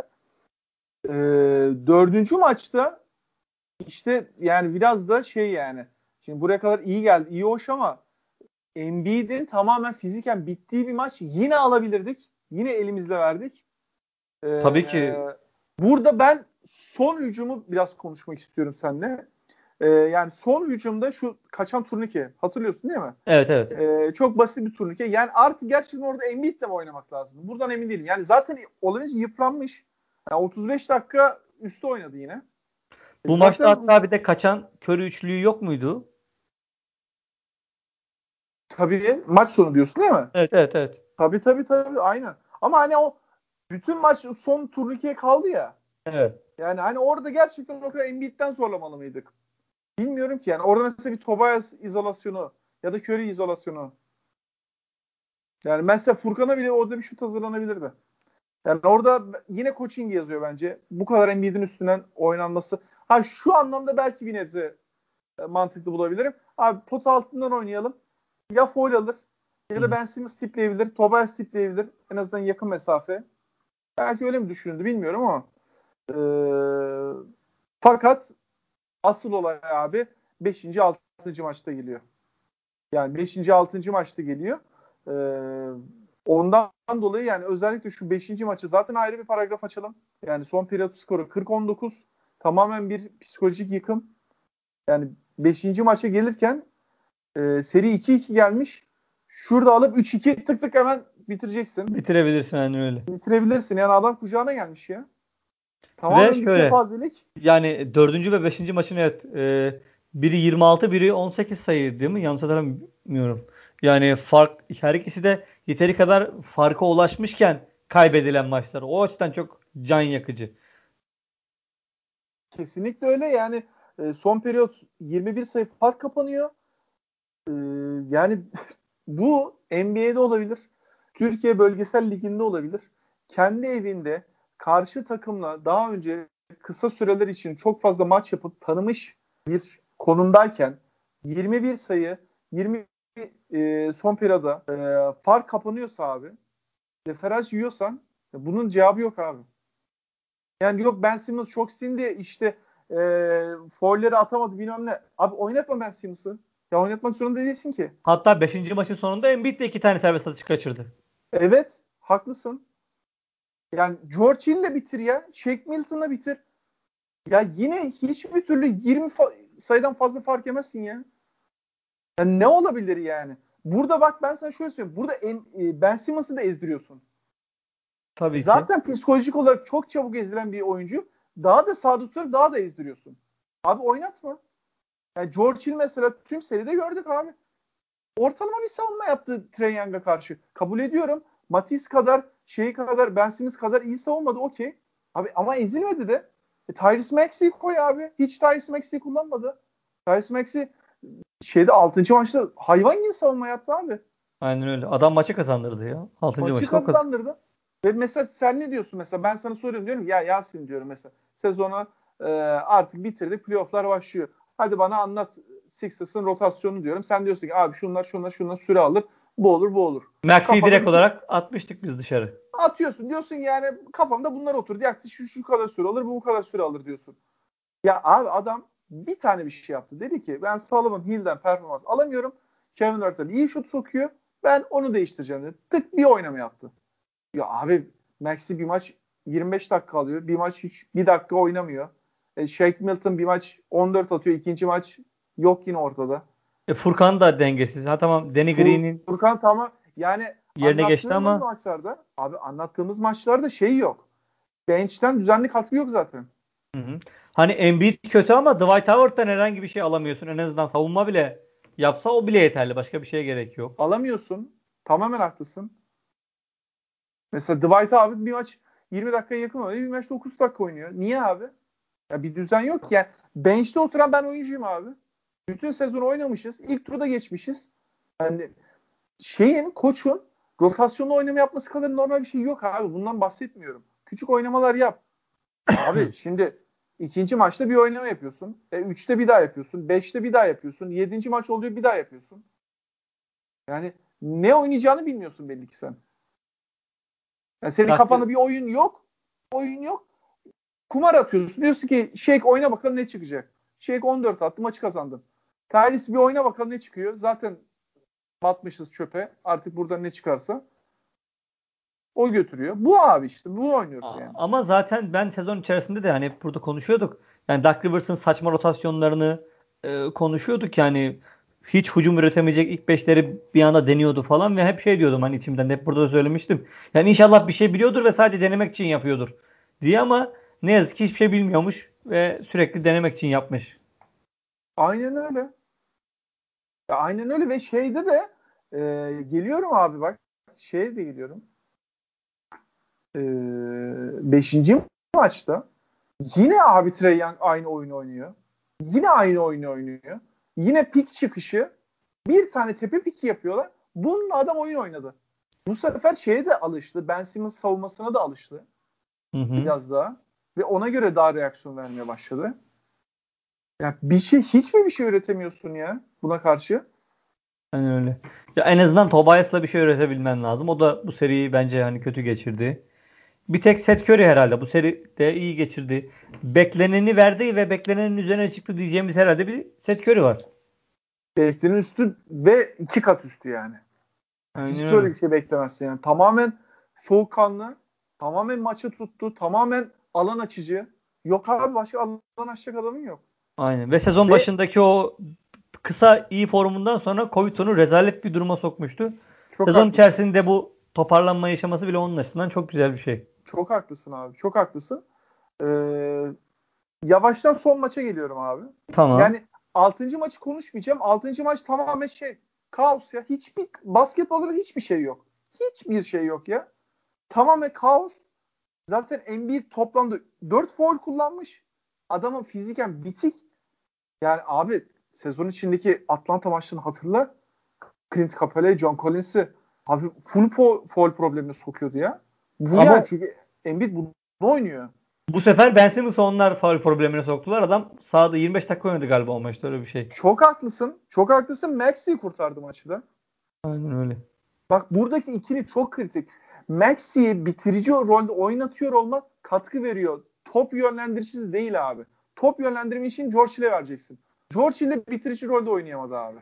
4. maçta işte yani biraz da yani şimdi buraya kadar iyi geldi. İyi hoş ama Embiid'in tamamen fiziken bittiği bir maç yine alabilirdik. Yine elimizle verdik.
Tabii ki.
Burada ben son hücumu biraz konuşmak istiyorum seninle. Yani son hücumda şu kaçan turnike hatırlıyorsun değil mi?
Evet evet.
Çok basit bir turnike. Yani artık gerçekten orada Embiid'le mi oynamak lazım? Buradan emin değilim. Yani zaten olunca yıpranmış. Yani 35 dakika üstü oynadı yine.
Bu maçta
Zaten
hatta bir de kaçan Curry üçlüğü yok muydu?
tabii maç sonu diyorsun değil mi?
Evet.
Tabii aynen. Ama hani o bütün maç son turnikeye kaldı ya.
Evet.
Yani hani orada gerçekten o kadar Embiid'den zorlamalı mıydık? Bilmiyorum ki yani. Orada mesela bir Tobias izolasyonu ya da Curry izolasyonu. Yani mesela Furkan'a bile orada bir şut hazırlanabilirdi. Yani orada yine coaching yazıyor bence. Bu kadar Embiid'in üstünden oynanması. Şu anlamda belki bir nebze mantıklı bulabilirim. Abi pot altından oynayalım. Ya foul alır ya da Ben Simmons tipleyebilir. Tobias tipleyebilir. En azından yakın mesafe. Belki öyle mi düşünüldü bilmiyorum ama fakat asıl olay abi 5. 6. maçta geliyor. Yani 5. 6. maçta geliyor. Ondan dolayı yani özellikle şu 5. maçı zaten ayrı bir paragraf açalım. Yani son periyot skoru 40-19. Tamamen bir psikolojik yıkım. Yani 5. maça gelirken seri 2-2 gelmiş. Şurada alıp 3-2 tık tık hemen bitireceksin.
Bitirebilirsin yani öyle.
Bitirebilirsin. Yani adam kucağına gelmiş ya.
Ve
Tamamen bir
şöyle
kepazelik.
yani 4. ve 5. maçın evet biri 26 biri 18 sayı değil mi? Yanlış hatırlamıyorum. Yani fark her ikisi de yeteri kadar farka ulaşmışken kaybedilen maçlar. O açıdan çok can yakıcı.
Kesinlikle öyle yani Son periyot 21 sayı fark kapanıyor. Yani bu NBA'de olabilir. Türkiye Bölgesel Ligi'nde olabilir. Kendi evinde karşı takımla daha önce kısa süreler için çok fazla maç yapıp tanımış bir konumdayken 21 sayı 20 son periyoda fark kapanıyorsa abi, deferaj yiyorsan bunun cevabı yok abi. Yani yok Ben Simmons çok sindi işte foulleri atamadı bilmem ne. Abi oynatma Ben Simmons'ı. Ya oynatmak zorunda değilsin ki.
Hatta 5. maçın sonunda Embiid de 2 tane serbest atış kaçırdı.
Evet, haklısın. Yani George Hill'le bitir ya. Shake Milton'la bitir. Ya yine hiçbir türlü 20 sayıdan fazla fark yemezsin ya. Yani ne olabilir yani? Burada bak ben sana şöyle söyleyeyim. Burada Ben Simmons'ı da ezdiriyorsun.
Tabii ki.
Zaten psikolojik olarak çok çabuk ezilen bir oyuncu. Daha da sağda tutar, daha da ezdiriyorsun. Abi oynatma. Yani George Hill mesela tüm seride gördük abi. Ortalama bir savunma yaptı Trae Young'a karşı. Kabul ediyorum. Matisse kadar, Ben Simmons kadar iyi savunmadı. Okey. Abi ama ezilmedi de. Tyrese Maxey'i koy abi. Hiç Tyrese Maxey'i kullanmadı. Tyrese Maxey 6. maçta hayvan gibi savunma yaptı abi.
Aynen öyle. Adam maçı kazandırdı ya. 6.
Maçı
maçta o kazandı.
kazandırdı. Ve mesela sen ne diyorsun mesela? Ben sana soruyorum diyorum ya Yasin diyorum mesela. Sezonu artık bitirdik. Playoff'lar başlıyor. Hadi bana anlat Sixers'ın rotasyonu diyorum. Sen diyorsun ki abi şunlar süre alır. Bu olur bu olur.
Maxi'yi
Kafanda
direkt
bir şey
olarak atmıştık biz dışarı.
atıyorsun. Diyorsun yani kafamda bunlar oturdu. Yaklaşık şu kadar süre alır bu kadar süre alır diyorsun. Ya abi adam bir tane bir şey yaptı. Dedi ki ben Solomon Hill'den performans alamıyorum. Kevin Durant iyi şut sokuyor. Ben onu değiştireceğim dedi. Tık bir oynama yaptı. Ya abi Maxi bir maç 25 dakika alıyor. Bir maç hiç bir dakika oynamıyor. Shake Milton bir maç 14 atıyor. İkinci maç yok yine ortada.
Furkan da dengesiz. Ha tamam, Danny Green'in
Furkan tamam yani
yerine geçti ama
anlattığımız maçlarda şey yok. Bench'ten düzenli katkı yok zaten.
hı hı. Hani Embiid kötü ama Dwight Howard'dan herhangi bir şey alamıyorsun. En azından savunma bile yapsa o bile yeterli. Başka bir şeye gerek yok.
Alamıyorsun. Tamamen haklısın. Mesela Dwight abi bir maç 20 dakikaya yakın oluyor. Bir maç 9 dakika oynuyor. Niye abi? Ya bir düzen yok ki. Yani bench'te oturan ben oyuncuyum abi. Bütün sezon oynamışız. İlk turda geçmişiz. Yani koçun rotasyonlu oynama yapması kadar normal bir şey yok abi. Bundan bahsetmiyorum. Küçük oynamalar yap. Abi şimdi ikinci maçta bir oynama yapıyorsun. Üçte bir daha yapıyorsun. Beşte bir daha yapıyorsun. Yedinci maç oluyor bir daha yapıyorsun. Yani ne oynayacağını bilmiyorsun belli ki sen. Yani senin kafanda bir oyun yok. Oyun yok. Kumar atıyorsun. Diyorsun ki Shake oyna bakalım ne çıkacak. Shake 14 attı maçı kazandın. Tyrese bir oyna bakalım ne çıkıyor. Zaten batmışız çöpe. Artık buradan ne çıkarsa o götürüyor. Bu abi işte. Bu oynuyoruz yani.
Ama zaten ben sezon içerisinde de hani hep burada konuşuyorduk. Yani Doug Rivers'ın saçma rotasyonlarını konuşuyorduk yani, hiç hücum üretemeyecek ilk beşleri bir anda deniyordu falan ve hep şey diyordum hani içimden, hep burada da söylemiştim. Yani inşallah bir şey biliyordur ve sadece denemek için yapıyordur diye, ama ne yazık ki hiçbir şey bilmiyormuş ve sürekli denemek için yapmış.
Aynen öyle. Ya aynen öyle ve şeyde de geliyorum abi bak. Şeye de geliyorum. Beşinci maçta yine abi Trae Young aynı oyunu oynuyor. Yine aynı oyunu oynuyor. Yine pik çıkışı bir tane tepe piki yapıyorlar. Bununla adam oyun oynadı. Bu sefer şeye de alıştı. Ben Simmons savunmasına da alıştı.
Hı hı.
Biraz daha. Ve ona göre daha reaksiyon vermeye başladı. Yani hiç mi bir şey üretemiyorsun ya buna karşı?
Yani öyle. Ya en azından Tobias'la bir şey üretebilmen lazım. O da bu seriyi bence hani kötü geçirdi. Bir tek Seth Curry herhalde bu seride iyi geçirdi. Bekleneni verdi ve beklenenin üzerine çıktı diyeceğimiz herhalde bir Seth Curry var.
Beklenenin üstü ve 2 kat üstü yani.
Aynen
Hiç böyle
öyle.
bir şey beklemezsin yani. Tamamen soğukkanlı, tamamen maçı tuttu, tamamen alan açıcı. Yok abi başka alan açacak adamın yok.
Aynen. Ve sezon
Ve
başındaki o kısa iyi formundan sonra Covington'u rezalet bir duruma sokmuştu.
çok
Sezon
haklısın.
içerisinde bu toparlanma yaşaması bile onun açısından çok güzel bir şey.
Çok haklısın abi. Çok haklısın. Ee, Yavaştan son maça geliyorum abi.
Tamam.
Yani 6. maçı konuşmayacağım. 6. maç tamamen kaos ya. Hiçbir basketbolda hiçbir şey yok. Hiçbir şey yok ya. Tamamen kaos. Zaten Embiid toplamda 4 foul kullanmış. Adamın fiziken bitik. Yani abi sezon içindeki Atlanta maçlarını hatırla. Clint Capela, John Collins'i hafif full foul problemine sokuyordu ya. Bu
Ama
yani çünkü Embiid bunu oynuyor.
bu sefer Ben Simmons'ı onlar faul problemine soktular. Adam sahada 25 dakika oynadı galiba o maçta, öyle bir şey.
Çok haklısın. Çok haklısın. Maxey kurtardı maçı da.
Aynen öyle.
Bak buradaki ikili çok kritik. Maxey'i bitirici rolde oynatıyor olmak katkı veriyor. Top yönlendiricisi değil abi. Top yönlendirme için George Hill'e vereceksin. George Hill'e bitirici rolde oynayamadı abi.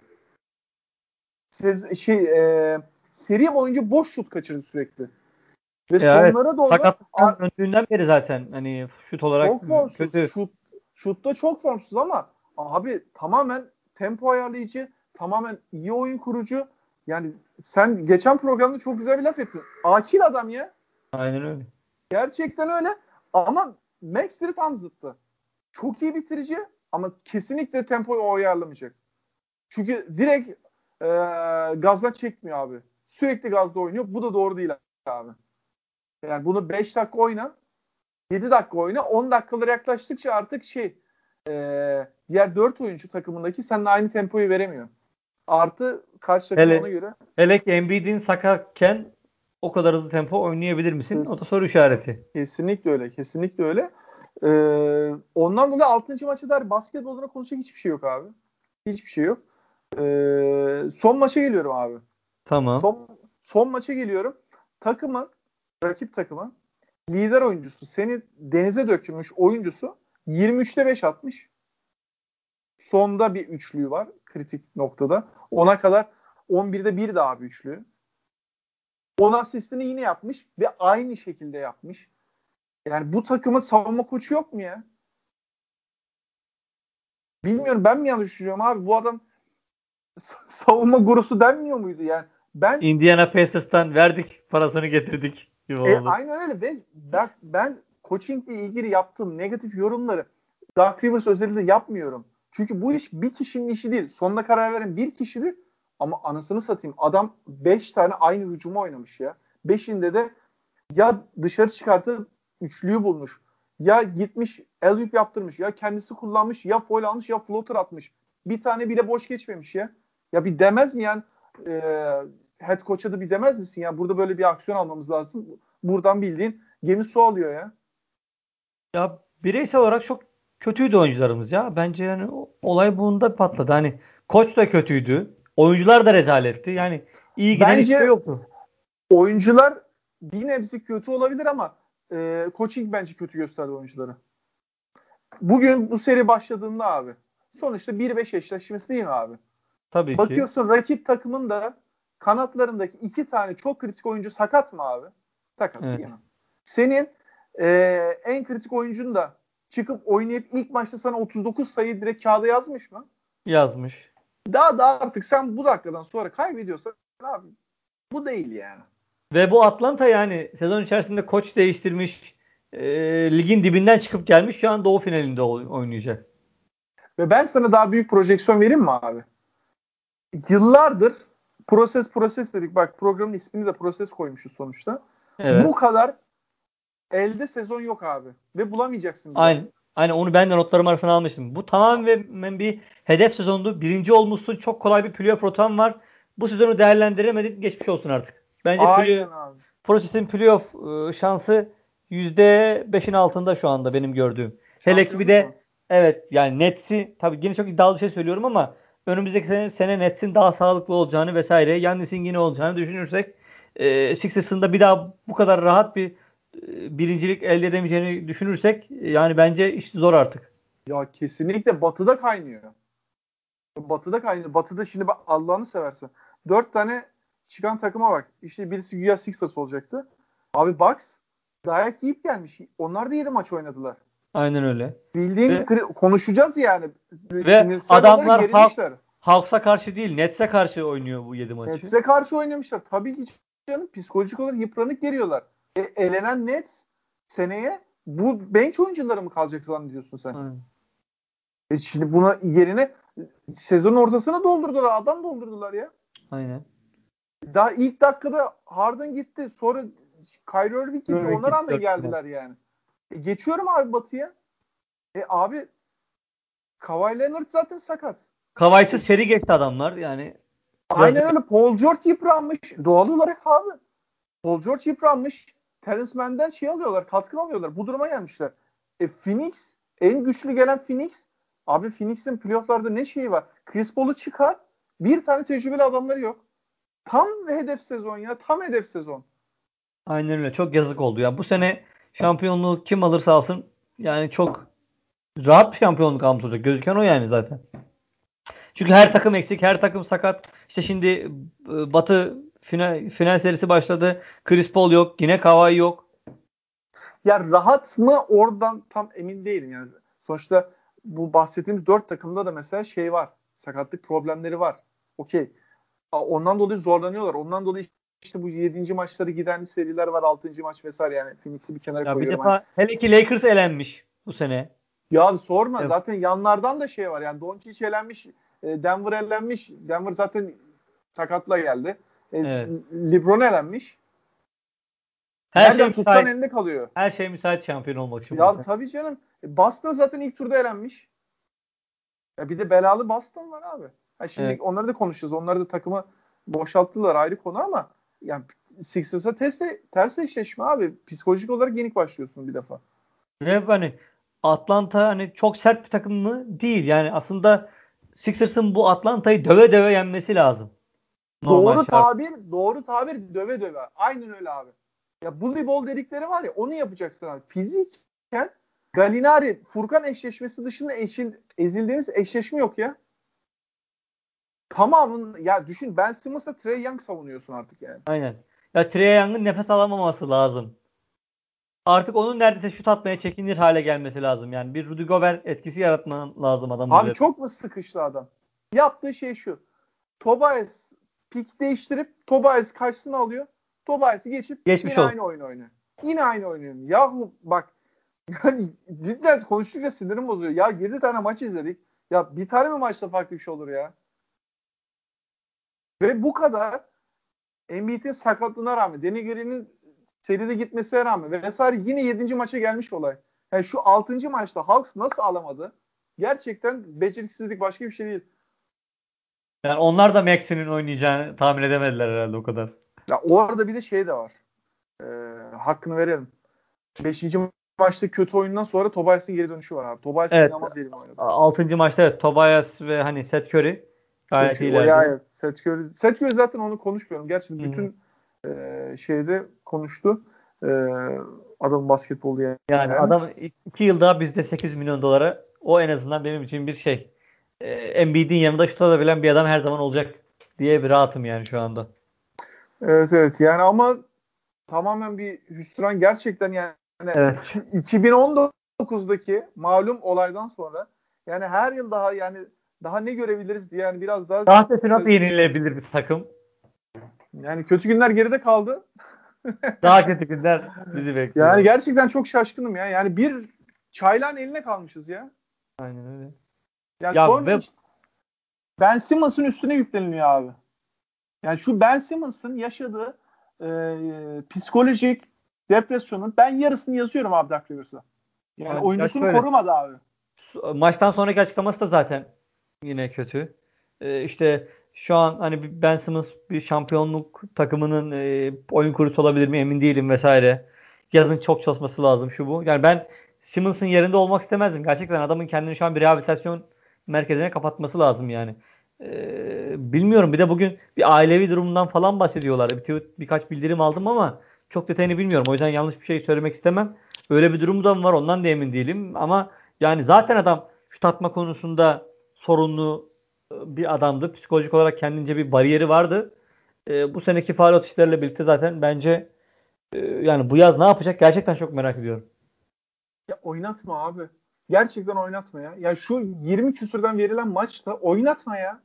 Seri boyunca boş şut kaçırdı sürekli. Ve
Evet.
sonlara doğru
Sakatlıktan döndüğünden beri zaten hani şut olarak
çok formsuz.
kötü.
Şutta çok formsuz ama abi tamamen tempo ayarlayıcı, tamamen iyi oyun kurucu. Yani sen geçen programda çok güzel bir laf ettin. Akil adam ya.
Aynen öyle.
Gerçekten öyle. Ama Max'leri tam zıttı. Çok iyi bitirici ama kesinlikle tempoyu o ayarlamayacak. Çünkü direkt gazdan çekmiyor abi. Sürekli gazda oynuyor. Bu da doğru değil abi. Yani bunu 5 dakika oyna, 7 dakika oyna, 10 dakikalara yaklaştıkça artık diğer 4 oyuncu takımındaki seninle aynı tempoyu veremiyor. Artı karşı takım ona
Hele
göre
hele ki Embiid'in sakatken o kadar hızlı tempo oynayabilir misin? O da soru işareti.
kesinlikle öyle. Kesinlikle öyle. Ondan dolayı 6. maça dair basketboluna konuşacak hiçbir şey yok abi. Hiçbir şey yok. Son maça geliyorum abi.
Tamam.
Son maça geliyorum. Rakip takımın lider oyuncusu, seni denize dökülmüş oyuncusu 23'te 5 atmış. Sonda bir üçlüğü var kritik noktada. Ona kadar 11'de 1 daha bir üçlüğü. 10 asistini yine yapmış ve aynı şekilde yapmış. Yani bu takımın savunma koçu yok mu ya? Bilmiyorum, ben mi yanlış düşünüyorum abi? Bu adam savunma gurusu denmiyor muydu yani?
Indiana Pacers'tan verdik, parasını getirdik gibi oldu.
Aynen öyle ve ben coachingle ilgili yaptığım negatif yorumları Doug Rivers özelinde yapmıyorum. Çünkü bu iş bir kişinin işi değil. Sonuna karar veren bir kişidir. Ama anasını satayım. Adam 5 tane aynı hücumu oynamış ya. 5'inde de ya dışarı çıkartıp üçlüyü bulmuş. Ya gitmiş alley-oop yaptırmış. Ya kendisi kullanmış. Ya foul almış ya floater atmış. Bir tane bile boş geçmemiş ya. Ya bir demez mi yani? Head coach'a da bir demez misin ya? Burada böyle bir aksiyon almamız lazım. Buradan bildiğin gemi su alıyor ya.
Ya bireysel olarak çok kötüydü oyuncularımız ya. Bence yani olay bunda patladı. Hani koç da kötüydü. Oyuncular da rezaletti. Yani iyi giden hiçbir şey
Bence
yoktu.
oyuncular bir nebze kötü olabilir ama coaching bence kötü gösterdi oyuncuları. Bugün bu seri başladığında abi sonuçta 1-5 eşleşmesi değil mi abi?
Tabii ki.
Bakıyorsun rakip takımın da kanatlarındaki 2 tane çok kritik oyuncu sakat mı abi? Sakat
Evet.
değil mi? Senin en kritik oyuncun da çıkıp oynayıp ilk maçta sana 39 sayı direkt kağıda yazmış mı?
Yazmış.
Daha da artık sen bu dakikadan sonra kaybediyorsan abi bu değil yani.
Ve bu Atlanta yani sezon içerisinde koç değiştirmiş, ligin dibinden çıkıp gelmiş, şu an Doğu finalinde oynayacak.
Ve ben sana daha büyük projeksiyon vereyim mi abi? Yıllardır proses dedik. Bak programın ismini de proses koymuşuz sonuçta. Bu
Evet.
kadar elde sezon yok abi. Ve bulamayacaksın bir daha.
Aynen onu ben de notlarım arasına almıştım. Bu tamamen bir hedef sezondu. Birinci olmuşsun. Çok kolay bir playoff rotan var. Bu sezonu değerlendiremedin. Geçmiş olsun artık. Bence
Aynen abi.
prosesin playoff şansı %5'in altında şu anda benim gördüğüm. Hele ki bir
Şampiyonluk mu?
de evet yani Nets'i tabii yine çok iddialı bir şey söylüyorum ama önümüzdeki sene Nets'in daha sağlıklı olacağını vesaire, Giannis'in yine olacağını düşünürsek Sixers'ın da bir daha bu kadar rahat bir birincilik elde edemeyeceğini düşünürsek yani bence iş zor artık.
Ya kesinlikle Batı'da kaynıyor. Batı'da kaynıyor. Batı'da şimdi bak Allah'ını seversen. 4 tane çıkan takıma bak. İşte birisi güya Sixers olacaktı. Abi Bucks dayak yiyip gelmiş. Onlar da 7 maç oynadılar.
Aynen öyle.
Bildiğin
Ve
konuşacağız yani.
ve
Sinirsel olarak
adamlar
gerilmişler.
Hawks'a karşı değil, Nets'e karşı oynuyor bu 7 maçı.
Nets'e karşı oynamışlar. Tabii ki canım psikolojik olarak yıpranık geliyorlar. Elenen Nets seneye bu bench oyuncuları mı kalacak zannediyorsun sen?
Aynen.
Şimdi buna yerine sezon ortasına doldurdular. Adam doldurdular ya.
Aynen.
Daha ilk dakikada Harden gitti. Sonra Kyrie Irving gitti.
Irving
Ona
gitti
rağmen
4 final.
geldiler yani. Geçiyorum abi Batı'ya. Abi Kawhi Leonard zaten sakat.
Kawhi'siz seri geçti adamlar yani.
Aynen öyle. Paul George yıpranmış. Doğal olarak abi. Paul George yıpranmış. Terence Mann'den şey alıyorlar. Katkı alıyorlar. Bu duruma gelmişler. Phoenix en güçlü gelen Phoenix. Abi Phoenix'in playoff'larda ne şeyi var? Chris Paul'u çıkar. Bir tane tecrübeli adamları yok. Tam hedef sezon ya. Tam hedef sezon.
Aynen öyle. Çok yazık oldu ya. Bu sene şampiyonluğu kim alırsa alsın yani çok rahat bir şampiyonluk almış olacak. Gözüken o yani zaten. Çünkü her takım eksik, her takım sakat. İşte şimdi Batı final serisi başladı. Chris Paul yok, yine Kawhi yok.
Ya rahat mı oradan tam emin değilim yani. Sonuçta bu bahsettiğimiz 4 takımda da mesela şey var. Sakatlık problemleri var. Okey. Ondan dolayı zorlanıyorlar. Ondan dolayı işte bu 7. maçları giden seriler var. 6. maç vesaire yani. Phoenix'i bir kenara
Ya bir
koyuyorum.
defa hele ki Lakers elenmiş bu sene.
Ya sorma.
Evet.
Zaten yanlardan da şey var. Yani Doncic elenmiş. Denver elenmiş. Denver zaten sakatla geldi.
Evet.
LeBron elenmiş.
Her şey
Nereden tutsan
müsait.
elinde kalıyor.
Her şey müsait şampiyon olmak için bu
Ya
sene.
tabii canım. Boston zaten ilk turda elenmiş. Ya bir de belalı Boston var abi. Ha şimdi
Evet.
onları da konuşacağız. Onları da takımı boşalttılar ayrı konu ama yani Sixers'a ters eşleşme abi. Psikolojik olarak yenik başlıyorsun bir defa.
Ve hani Atlanta hani çok sert bir takım mı? Değil. Yani aslında Sixers'ın bu Atlanta'yı döve döve yenmesi lazım. Normal şart.
Doğru tabir döve döve. Aynen öyle abi. Ya bully ball dedikleri var ya onu yapacaksın abi. Fiziken Gallinari Furkan eşleşmesi dışında ezildiğimiz eşleşme yok ya. Tamamın ya düşün Ben Simmons'la Trae Young savunuyorsun artık yani.
Aynen. Ya Trae Young'ın nefes alamaması lazım. Artık onun neredeyse şut atmaya çekinir hale gelmesi lazım. Yani bir Rudy Gobert etkisi yaratman lazım adamın
Abi
üzerine.
çok mu sıkıştı adam? Yaptığı şey şu. Tobias pik değiştirip Tobias karşısına alıyor. Tobias'ı geçip
Geçmiş
yine
olsun.
aynı oyun oynuyor. Yine aynı oynuyor. Yahu bak yani cidden konuştukça sinirim bozuyor. Ya 7 tane maç izledik. Ya bir tane mi maçta farklı bir şey olur ya? Ve bu kadar Embiid'in sakatlığına rağmen, Danny Green'in seride gitmesine rağmen vesaire yine 7. maça gelmiş olay. Yani şu 6. maçta Hawks nasıl alamadı? Gerçekten beceriksizlik başka bir şey değil.
Yani onlar da Maxi'nin oynayacağını tahmin edemediler herhalde o kadar.
Ya orada bir de şey de var. Ee, hakkını verelim. 5. maçta kötü oyundan sonra Tobias'ın geri dönüşü var abi. Tobias
Evet.
inanılmaz verimli oynadı.
6. maçta evet, Tobias ve hani Seth Curry gayet
O ya
iyilerdi.
evet. Seth Curry zaten onu konuşmuyorum. Gerçekten
Hı-hı.
bütün şeyde konuştu. E, adamın basketbolu
Yani
yani.
adam 2 yıl daha bizde 8 milyon dolara o en azından benim için bir şey. Embiid'in yanında şut atabilen bir adam her zaman olacak diye bir rahatım yani şu anda.
Evet evet. Yani ama tamamen bir hüsran gerçekten yani
Evet.
2019'daki malum olaydan sonra yani her yıl daha yani daha ne görebiliriz diye yani biraz daha
Daha kötü nasıl yenilebilir bir takım?
yani kötü günler geride kaldı.
Daha kötü günler bizi
Yani
bekliyor.
gerçekten çok şaşkınım ya. Yani bir çaylağın eline kalmışız ya.
Aynen öyle.
Yani
Ya
sonra
ve
işte Ben Simmons'ın üstüne yükleniliyor abi. Yani şu Ben Simmons'ın yaşadığı psikolojik depresyonun ben yarısını yazıyorum abi Dark Rivers'a. Yani
ya
oyuncusunu
şöyle
korumadı abi.
maçtan sonraki açıklaması da zaten yine kötü. İşte şu an hani Ben Simmons bir şampiyonluk takımının oyun kurucu olabilir mi emin değilim vesaire. Yazın çok çalışması lazım şu bu. Yani ben Simmons'ın yerinde olmak istemezdim. Gerçekten adamın kendini şu an bir rehabilitasyon merkezine kapatması lazım yani. Bilmiyorum. Bir de bugün bir ailevi durumundan falan bahsediyorlar. Birkaç bildirim aldım ama çok detayını bilmiyorum. O yüzden yanlış bir şey söylemek istemem. Öyle bir durum da mı var ondan da emin değilim. Ama yani zaten adam şut atma konusunda sorunlu bir adamdı. Psikolojik olarak kendince bir bariyeri vardı. Bu seneki faal atışlarıyla birlikte zaten bence yani bu yaz ne yapacak gerçekten çok merak ediyorum.
Ya oynatma abi. Gerçekten oynatma ya. Ya şu 20 küsürden verilen maçta oynatma ya.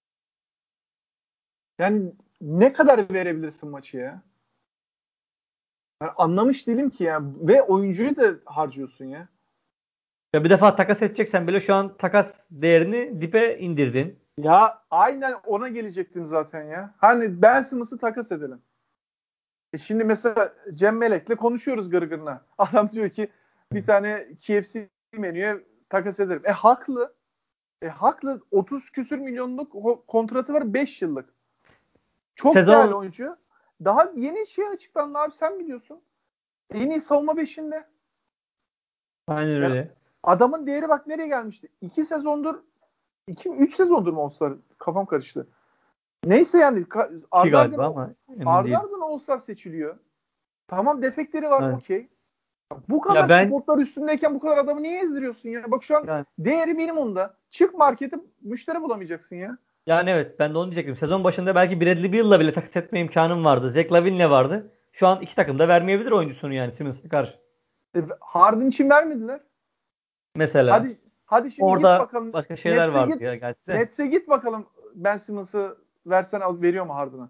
Yani ne kadar verebilirsin maçı ya? Yani anlamış değilim ki ya. Ve oyuncuyu da harcıyorsun ya.
Ya bir defa takas edeceksen bile şu an takas değerini dibe indirdin.
Ya aynen ona gelecektim zaten ya. Hani Ben Simmons'ı takas edelim. Şimdi mesela Cem Melek'le konuşuyoruz gırgırına. Adam diyor ki bir tane KFC menüye takas ederim. Haklı. Haklı. 30 küsür milyonluk kontratı var, 5 yıllık. Çok
Sezon...
değerli oyuncu. Daha yeni şey açıklandı abi, sen biliyorsun. En iyi savunma beşinde.
Aynen
Yani
öyle.
adamın değeri bak nereye gelmişti. 3 sezondur mu All-Star? Kafam karıştı. Neyse yani ardı
ama emin değilim.
ardına All-Star seçiliyor. Tamam, defekleri var,
Evet.
okey. Bu kadar
ben
spotlar üstündeyken bu kadar adamı niye ezdiriyorsun ya? Bak şu an
yani,
değeri minimumda. Çık markete, müşteri bulamayacaksın ya.
yani evet, ben de onu diyecektim. Sezon başında belki Bradley Beal'la bile takas etme imkanım vardı. Zach LaVine'le vardı. Şu an iki takım da vermeyebilir oyuncusunu yani Simmons'a karşı.
Harden için vermediler.
Mesela.
Hadi şimdi git
Orada
bakalım.
başka şeyler vardı ya gerçi de.
Nets'e git bakalım. Ben Simmons'ı versen veriyor mu Harden'a?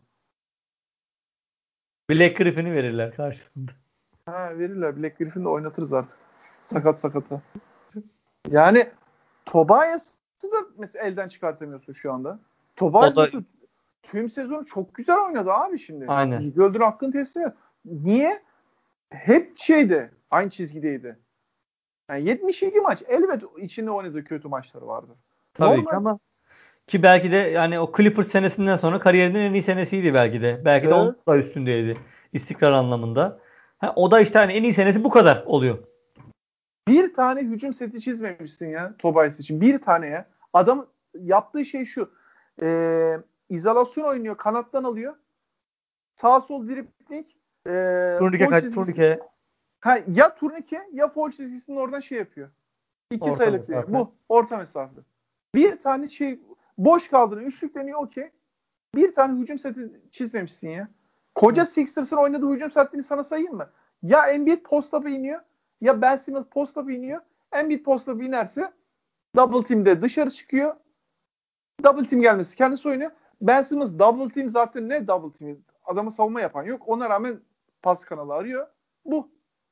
Black Griffin'i verirler karşılığında.
Verirler. Black Griffin'i de oynatırız artık. Sakata. Yani Tobias'ı da mesela elden çıkartamıyorsun şu anda. Tobias mesela tüm sezonu çok güzel oynadı abi şimdi.
Aynen.
Göldün hakkını teslim ediyor. Niye? Hep aynı çizgideydi. Yani 72 maç. Elbet içinde oynadığı kötü maçları vardı.
Tabii
Normal.
ki ama ki belki de yani o Clippers senesinden sonra kariyerinin en iyi senesiydi belki de. Belki de
Evet.
onun da üstündeydi. İstikrar anlamında. O da işte hani en iyi senesi bu kadar oluyor.
Bir tane hücum seti çizmemişsin ya Tobias için. Bir tane ya. Adam yaptığı şey şu. İzolasyon oynuyor. Kanattan alıyor. Sağ sol dribling. Foul çizgisi.
Turnike
Ya turnike ya foul çizgisinin oradan şey yapıyor. 2
orta
sayılık değil.
mesafe.
Bu orta mesafe. Bir tane boş kaldığını üçlük deniyor, okey. Bir tane hücum seti çizmemişsin ya. Koca Sixers'ın oynadığı hücum setini sana sayayım mı? Ya Embiid post-up'a iniyor ya Ben Simmons post-up'a iniyor. Embiid post-up'a inerse double team'de dışarı çıkıyor. Double team gelmesi kendisi oynuyor. Ben Simmons double team zaten ne double team? Adamı savunma yapan yok. Ona rağmen pas kanalı arıyor. Bu.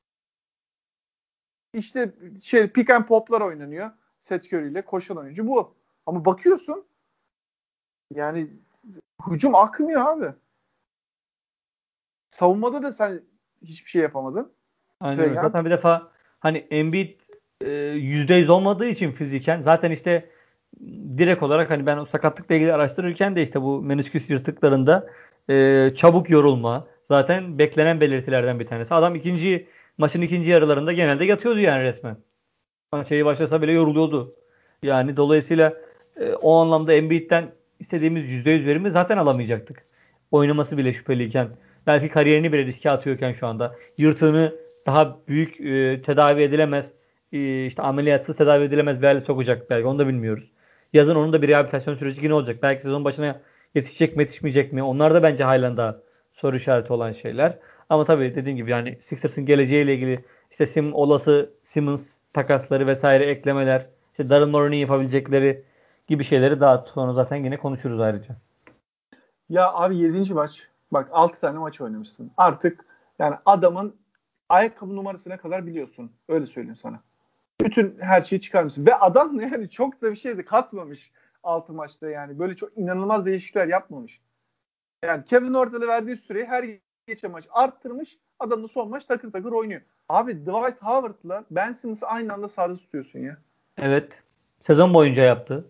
İşte pick and pop'lar oynanıyor. Seth Curry ile koşan oyuncu bu. Ama bakıyorsun yani hücum akmıyor abi. Savunmada da sen hiçbir şey yapamadın.
Aynen
Trae
öyle.
Young.
Zaten bir defa hani Embiid %100 olmadığı için fiziken zaten işte direkt olarak hani ben o sakatlıkla ilgili araştırırken de işte bu menisküs yırtıklarında çabuk yorulma zaten beklenen belirtilerden bir tanesi. Adam maçın ikinci yarılarında genelde yatıyordu yani resmen. Maça başlasa bile yoruluyordu. Yani dolayısıyla o anlamda Embiid'den istediğimiz %100 verimi zaten alamayacaktık. Oynaması bile şüpheliyken. Belki kariyerini bile riske atıyorken şu anda. Yırtığını daha büyük tedavi edilemez, işte ameliyatsız tedavi edilemez bir hale sokacak belki. Onu da bilmiyoruz. Yazın onun da bir rehabilitasyon süreci yine olacak. Belki sezon başına yetişecek mi yetişmeyecek mi? Onlar da bence halen daha soru işareti olan şeyler. Ama tabii dediğim gibi yani Sixers'ın geleceğiyle ilgili işte olası Simmons takasları vesaire eklemeler, işte Daryl Morey'nin yapabilecekleri gibi şeyleri daha sonra zaten yine konuşuruz ayrıca.
Ya abi 7. maç. Bak 6 tane maç oynamışsın. Artık yani adamın ayakkabı numarasına kadar biliyorsun. Öyle söyleyeyim sana. Bütün her şeyi çıkarmışsın. Ve adam yani çok da bir şey de katmamış 6 maçta yani. Böyle çok inanılmaz değişiklikler yapmamış. Yani Kevin Orta'da verdiği süreyi her geçen maç arttırmış. Adam da son maç takır takır oynuyor. Abi Dwight Howard'la Ben Simmons'ı aynı anda sahada tutuyorsun ya.
Evet. Sezon boyunca yaptı.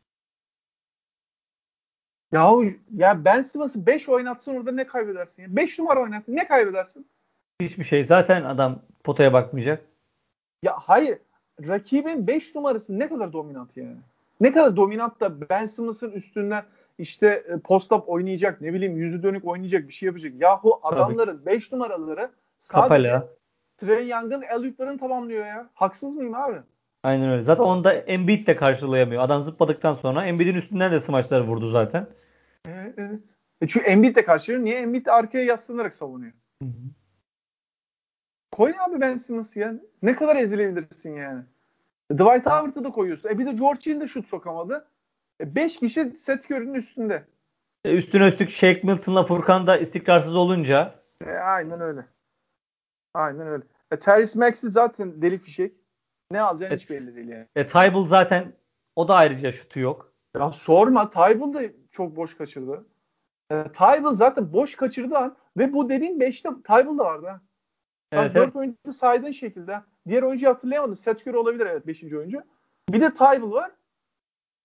Ya Ben Simmons'ı 5 oynatsın, orada ne kaybedersin ya? 5 numara oynatsın, ne kaybedersin?
Hiçbir şey. Zaten adam potaya bakmayacak.
Ya hayır. Rakibin 5 numarası ne kadar dominant yani? Ne kadar dominant da Ben Simmons'ın üstünden işte post-up oynayacak, ne bileyim yüzü dönük oynayacak, bir şey yapacak. Yahu
Tabii.
adamların 5 numaraları sadece
Kapela.
Trae Young'ın alley-oop'larını tamamlıyor ya. Haksız mıyım abi?
Aynen öyle. Zaten onu da Embiid de karşılayamıyor. Adam zıpladıktan sonra Embiid'in üstünden de smaçları vurdu zaten.
Evet. Çünkü Embiid de karşılıyor. Niye? Embiid de arkaya yaslanarak savunuyor.
Hı hı.
Koy abi Ben Simmons'ı ya. Ne kadar ezilebilirsin yani. Dwight Howard'ı da koyuyorsun. Bir de George Hill de şut sokamadı. 5 kişi Seth Curry'nin üstünde.
Üstüne üstlük Shake Milton'la Furkan da istikrarsız olunca
Aynen öyle. Aynen öyle. Tyrese Maxey zaten deli fişek. Ne alacağını hiç belli değil yani.
Tybal zaten o da ayrıca şutu yok.
Ya sorma. Tybal da çok boş kaçırdı. Tybal zaten boş kaçırdı an ve bu dediğin 5'te Tybal da vardı ha. Bak
Evet,
4 oyuncu saydığın şekilde. Diğer oyuncuyu hatırlayamadım. Seth Curry olabilir, evet, 5. oyuncu. Bir de Tybal var.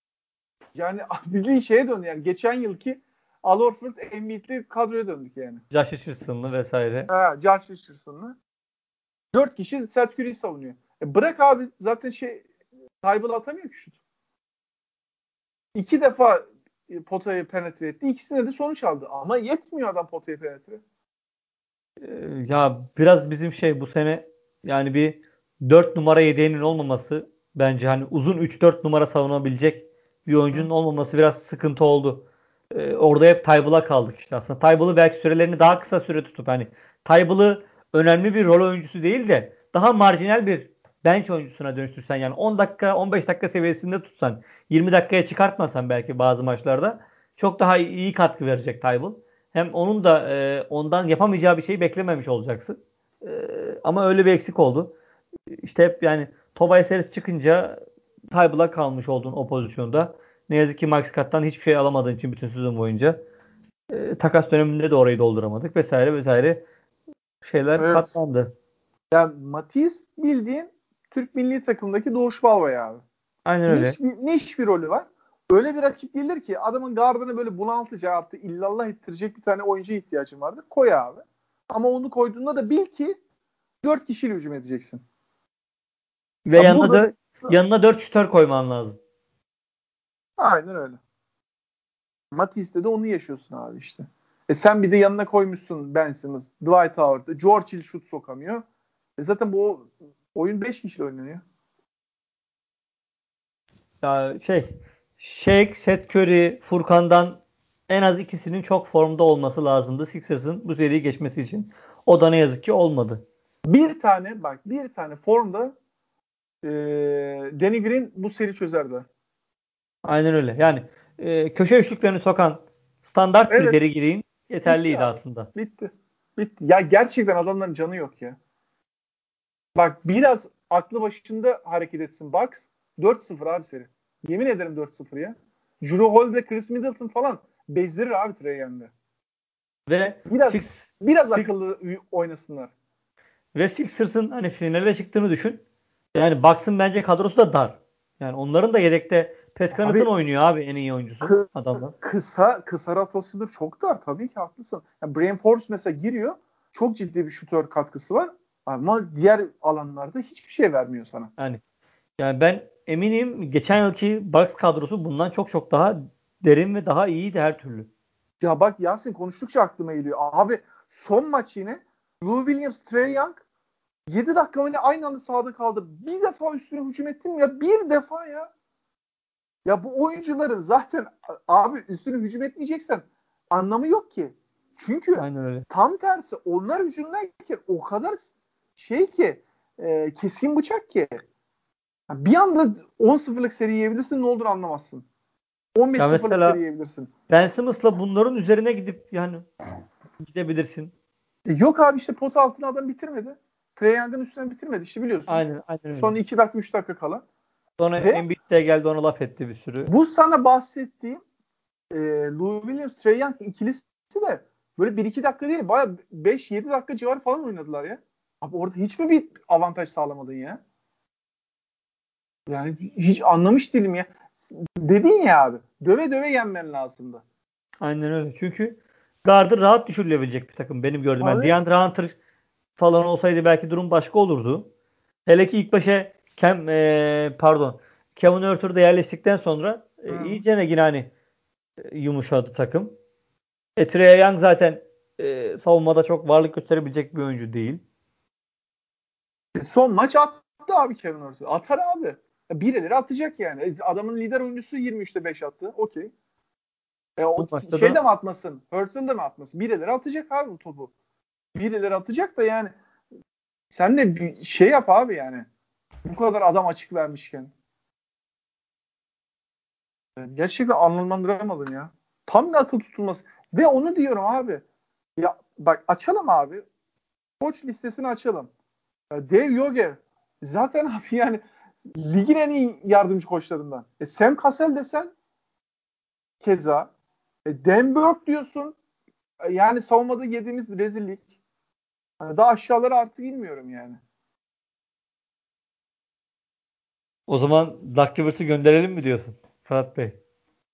Yani bildiğin şeye döndü yani. Geçen yılki Al Horford Embiid'li kadroya döndük yani.
Josh Richardson'lı vesaire.
Ha, Josh Richardson'la. 4 kişi Seth Curry'i savunuyor. Bırak abi zaten Tybal atamıyor ki şut. 2 defa potayı penetre etti. İkisine de sonuç aldı. Ama yetmiyor adam potayı penetre.
Ya biraz bizim bu sene yani bir 4 numara yedeğinin olmaması bence hani uzun 3-4 numara savunabilecek bir oyuncunun olmaması biraz sıkıntı oldu. Orada hep Tybal'a kaldık işte aslında. Tybal'ı belki sürelerini daha kısa süre tutup hani Tybal'ı önemli bir rol oyuncusu değil de daha marjinal bir bench oyuncusuna dönüştürsen yani 10 dakika 15 dakika seviyesinde tutsan 20 dakikaya çıkartmasan belki bazı maçlarda çok daha iyi katkı verecek Tybal. Hem onun da ondan yapamayacağı bir şeyi beklememiş olacaksın. Ama öyle bir eksik oldu. İşte hep yani Tobias Harris çıkınca Tybal'a kalmış oldun o pozisyonda. Ne yazık ki Max Scott'tan hiçbir şey alamadığın için bütün sezon boyunca takas döneminde de orayı dolduramadık vesaire vesaire şeyler
Evet.
katlandı.
Ya Matisse bildiğin Türk milli takımdaki Doğuş Balbay abi.
Aynen öyle.
Niş bir rolü var. Öyle bir rakip gelir ki adamın gardını böyle bunaltıcı artı illallah ettirecek bir tane oyuncuya ihtiyacın vardır. Koy abi. Ama onu koyduğunda da bil ki 4 kişiyle hücum edeceksin.
Ve
Ya
yanına
burada
da yanına 4 şütör koyman lazım.
aynen öyle. Matisse'de de onu yaşıyorsun abi işte. Sen bir de yanına koymuşsun Ben Simmons, Dwight Howard'ı. George Hill şut sokamıyor. Zaten bu oyun 5 kişiyle oynanıyor.
Ya Shake, Seth Curry, Furkan'dan en az ikisinin çok formda olması lazımdı Sixers'ın bu seriyi geçmesi için. O da ne yazık ki olmadı.
Bir tane formda Danny Green bu seri çözerdi.
Aynen öyle. Yani köşe üçlüklerini sokan standart bir
Evet.
Danny Green
Bitti
yeterliydi
abi.
aslında.
Bitti. Bitti. Ya gerçekten adamların canı yok ya. Bak biraz aklı başında hareket etsin. Bucks 4-0 abi seri. Yemin ederim 4-0 ya. Jrue Holiday, Chris Middleton falan bezdirir abi Trae Young'ı.
Ve
Biraz biraz
Six,
akıllı oynasınlar.
ve Sixers'ın hani finale çıktığını düşün. Yani Bucks'ın bence kadrosu da dar. Yani onların da yedekte Pat Connaughton
Abi
oynuyor abi en iyi oyuncusu adamlar.
kısa rotosyadır çok dar. Tabii ki haklısın. Yani Brain Force mesela giriyor. Çok ciddi bir şutör katkısı var. Ama diğer alanlarda hiçbir şey vermiyor sana.
Yani ben eminim geçen yılki Bucks kadrosu bundan çok çok daha derin ve daha iyiydi her türlü.
Ya bak Yasin konuştukça aklıma geliyor. Abi son maç yine Lou Williams, Trae Young 7 dakika mı ne aynı anda sahada kaldı. Bir defa üstüne hücum ettim ya. Bir defa ya. Ya bu oyuncuların zaten abi üstüne hücum etmeyeceksen anlamı yok ki. Çünkü
Aynen öyle.
tam tersi onlar hücumdayken o kadar ki keskin bıçak ki. Bir anda 10-0'lık seri yiyebilirsin ne olur anlamazsın.
Ya
15-0'lık seri
mesela
yiyebilirsin.
Ben Simmons'la bunların üzerine gidip yani gidebilirsin.
Yok abi işte pot altına adam bitirmedi. Trae Young'ın üstüne bitirmedi işte biliyorsun.
Aynen
Son
öyle.
2 dakika 3 dakika kala.
Sonra
Ve
Embiid de geldi ona laf etti bir sürü.
bu sana bahsettiğim Lou Williams, Trae Young ikilisi de böyle 1-2 dakika değil baya 5-7 dakika civarı falan oynadılar ya. Abi orada hiç mi bir avantaj sağlamadın ya? Yani hiç anlamış değilim ya. Dedin ya abi döve döve yenmen lazımdı.
Aynen öyle. Çünkü gardı rahat düşürülebilecek bir takım benim gördüğüm. Yani
Abi
DeAndre Hunter falan olsaydı belki durum başka olurdu. Hele ki ilk başa Kevin Huerter'da yerleştikten sonra
hı.
iyice yine hani yumuşadı takım. Trae Young zaten savunmada çok varlık gösterebilecek bir oyuncu değil.
Son maç attı abi Kevin Hurts. Atar abi. Birileri atacak yani. Adamın lider oyuncusu 23'te 5 attı. Okey. O
Bu maçta
şey de
da
mi atmasın? Hurts'ın da mı atmasın? Birileri atacak abi bu topu. Birileri atacak da yani sen de bir şey yap abi yani. Bu kadar adam açık vermişken. Gerçekten anlamlandıramadım ya. Tam bir akıl tutulması. Ve onu diyorum abi. Ya bak açalım abi. Koç listesini açalım. Dave Joger. Zaten abi yani ligin en iyi yardımcı koçlarından. Sam Cassell desen keza. Dan Burke diyorsun. Yani savunmada yediğimiz rezillik. Hani daha aşağıları artık bilmiyorum yani.
o zaman Doug Rivers'ı gönderelim mi diyorsun Fırat Bey?